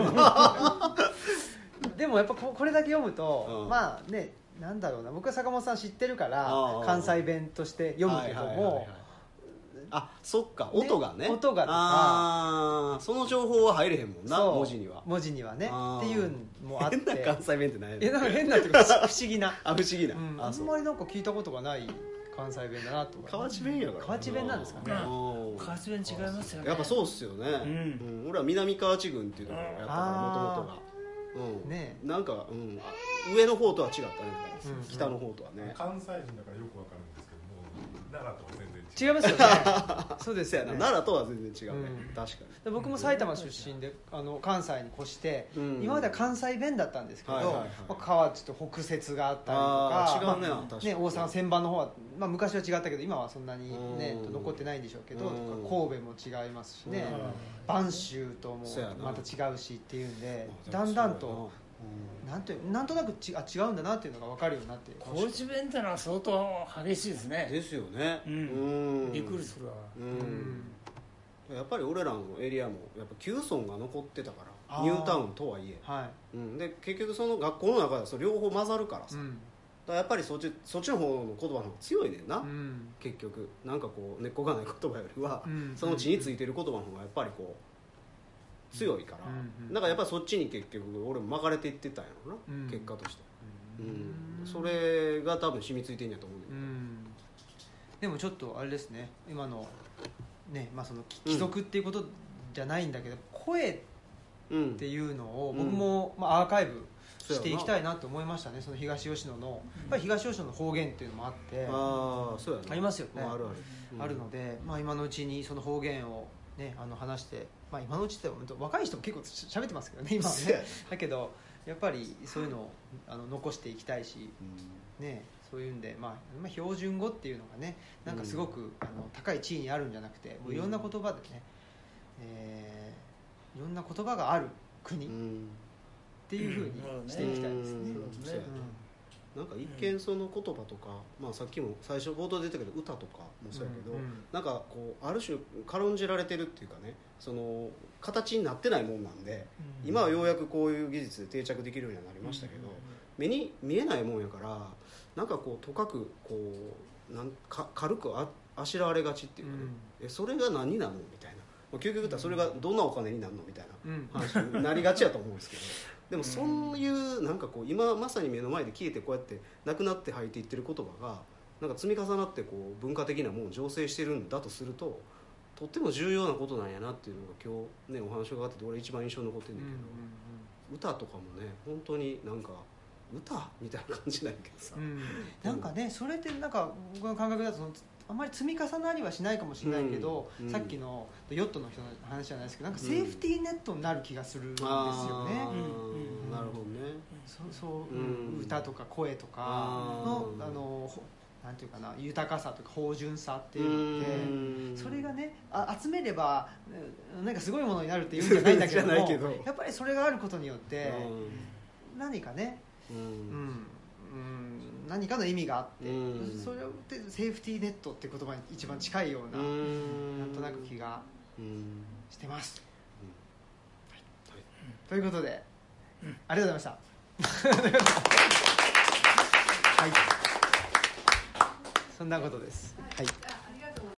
でもやっぱこれだけ読むと、うん、まあねなんだろうな僕は坂本さん知ってるから関西弁として読むけどもあそっか音がね音がとかあその情報は入れへんもんな文字には文字にはねっていうのもあって変な関西弁って何やねんえなんか変なっていうか不思議なあ不思議な、 うん、あんまりなんか聞いたことがない関西弁だなとか河内弁やから河内弁なんですかね河内弁違いますよねやっぱそうっすよね、うんうん、俺は南河内郡っていうところがやったからもともとがうんね、なんか、うん、上の方とは違ったね、うん、北の方とはね関西人だからよくわかるんですけども奈良とは全然違いますよねそうですよね奈良とは全然違うね、うん、確かに僕も埼玉出身であの関西に越して、うん、今までは関西弁だったんですけど、はいはいはいまあ、河内と北節があったりとか違うね、まあ、ね大阪千番の方は、まあ、昔は違ったけど今はそんなに、ね、残ってないんでしょうけど神戸も違いますしね播州ともまた違うしっていうんでだんだんとなんてなんとなくちあ違うんだなっていうのが分かるようになって高知弁ってのは相当激しいですねですよね、 うん、うんびっくりするわ、 うん、やっぱり俺らのエリアもやっぱ旧村が残ってたからニュータウンとはいえ、はいうん、で結局その学校の中ではそれ両方混ざるからさ、うん、だからやっぱりそっち、そっちの方の言葉の方が強いねんな、うん、結局なんかこう根っこがない言葉よりは、うん、その地についてる言葉の方がやっぱりこう強いから、うんうん、だからやっぱりそっちに結局俺も巻かれていってたんやろな、うん、結果として、うん、それが多分染みついてんやと思うんだけど、うん、 でもちょっとあれですね今のね、まあ、その規則っていうことじゃないんだけど、うん、声っていうのを僕も、まあ、アーカイブしていきたいなと思いましたね。その東吉野のやっぱり東吉野の方言っていうのもあって、 あ, そうやなありますよね、 あるある、 うん、あるので、まあ、今のうちにその方言をね、あの話して、まあ、今のうちって若い人も結構喋ってますけどね今はねだけどやっぱりそういうのをあの残していきたいし、うんね、そういうんで、まあまあ、標準語っていうのがねなんかすごく、うん、あの高い地位にあるんじゃなくてもういろんな言葉でね、うんえー、いろんな言葉がある国っていう風にしていきたいですね。 なんか一見その言葉とか、まあ、さっきも最初冒頭で言ったけど歌とかもそうやけど、 うんうん、 なんかこうある種軽んじられてるっていうかね、その形になってないもんなんで、うん、今はようやくこういう技術で定着できるようにはなりましたけど、うん、目に見えないもんやからなんかこうとかくこうなんか軽く あ, あしらわれがちっていうかね、うん、えそれが何になるのみたいな、究極言ったらそれがどんなお金になるのみたいな話になりがちやと思うんですけどでもそういうなんかこう今まさに目の前で消えてこうやってなくなって入っていってる言葉がなんか積み重なってこう文化的なものを醸成してるんだとするととっても重要なことなんやなっていうのが今日ねお話を伺ってて俺一番印象に残ってるんだけど、うんうん、歌とかもね本当になんか歌みたいな感じなんやけどさ、うん、 なんかねそれってなんか僕の感覚だとそのあんまり積み重なりはしないかもしれないけど、うんうん、さっきのヨットの人の話じゃないですけどなんかセーフティーネットになる気がするんですよね、うん、 なるほどねそうそう、うん、歌とか声とかのあのなんていうかな豊かさとか芳醇さっていうのってそれがねあ集めればなんかすごいものになるっていうんじゃないんだけどもけどやっぱりそれがあることによって何かね、うんうんうん、何かの意味があって、うん、それってセーフティーネットって言葉に一番近いような、うん、なんとなく気がしてます、うんはいはい、ということで、うん、ありがとうございましたはいそんなことです、はい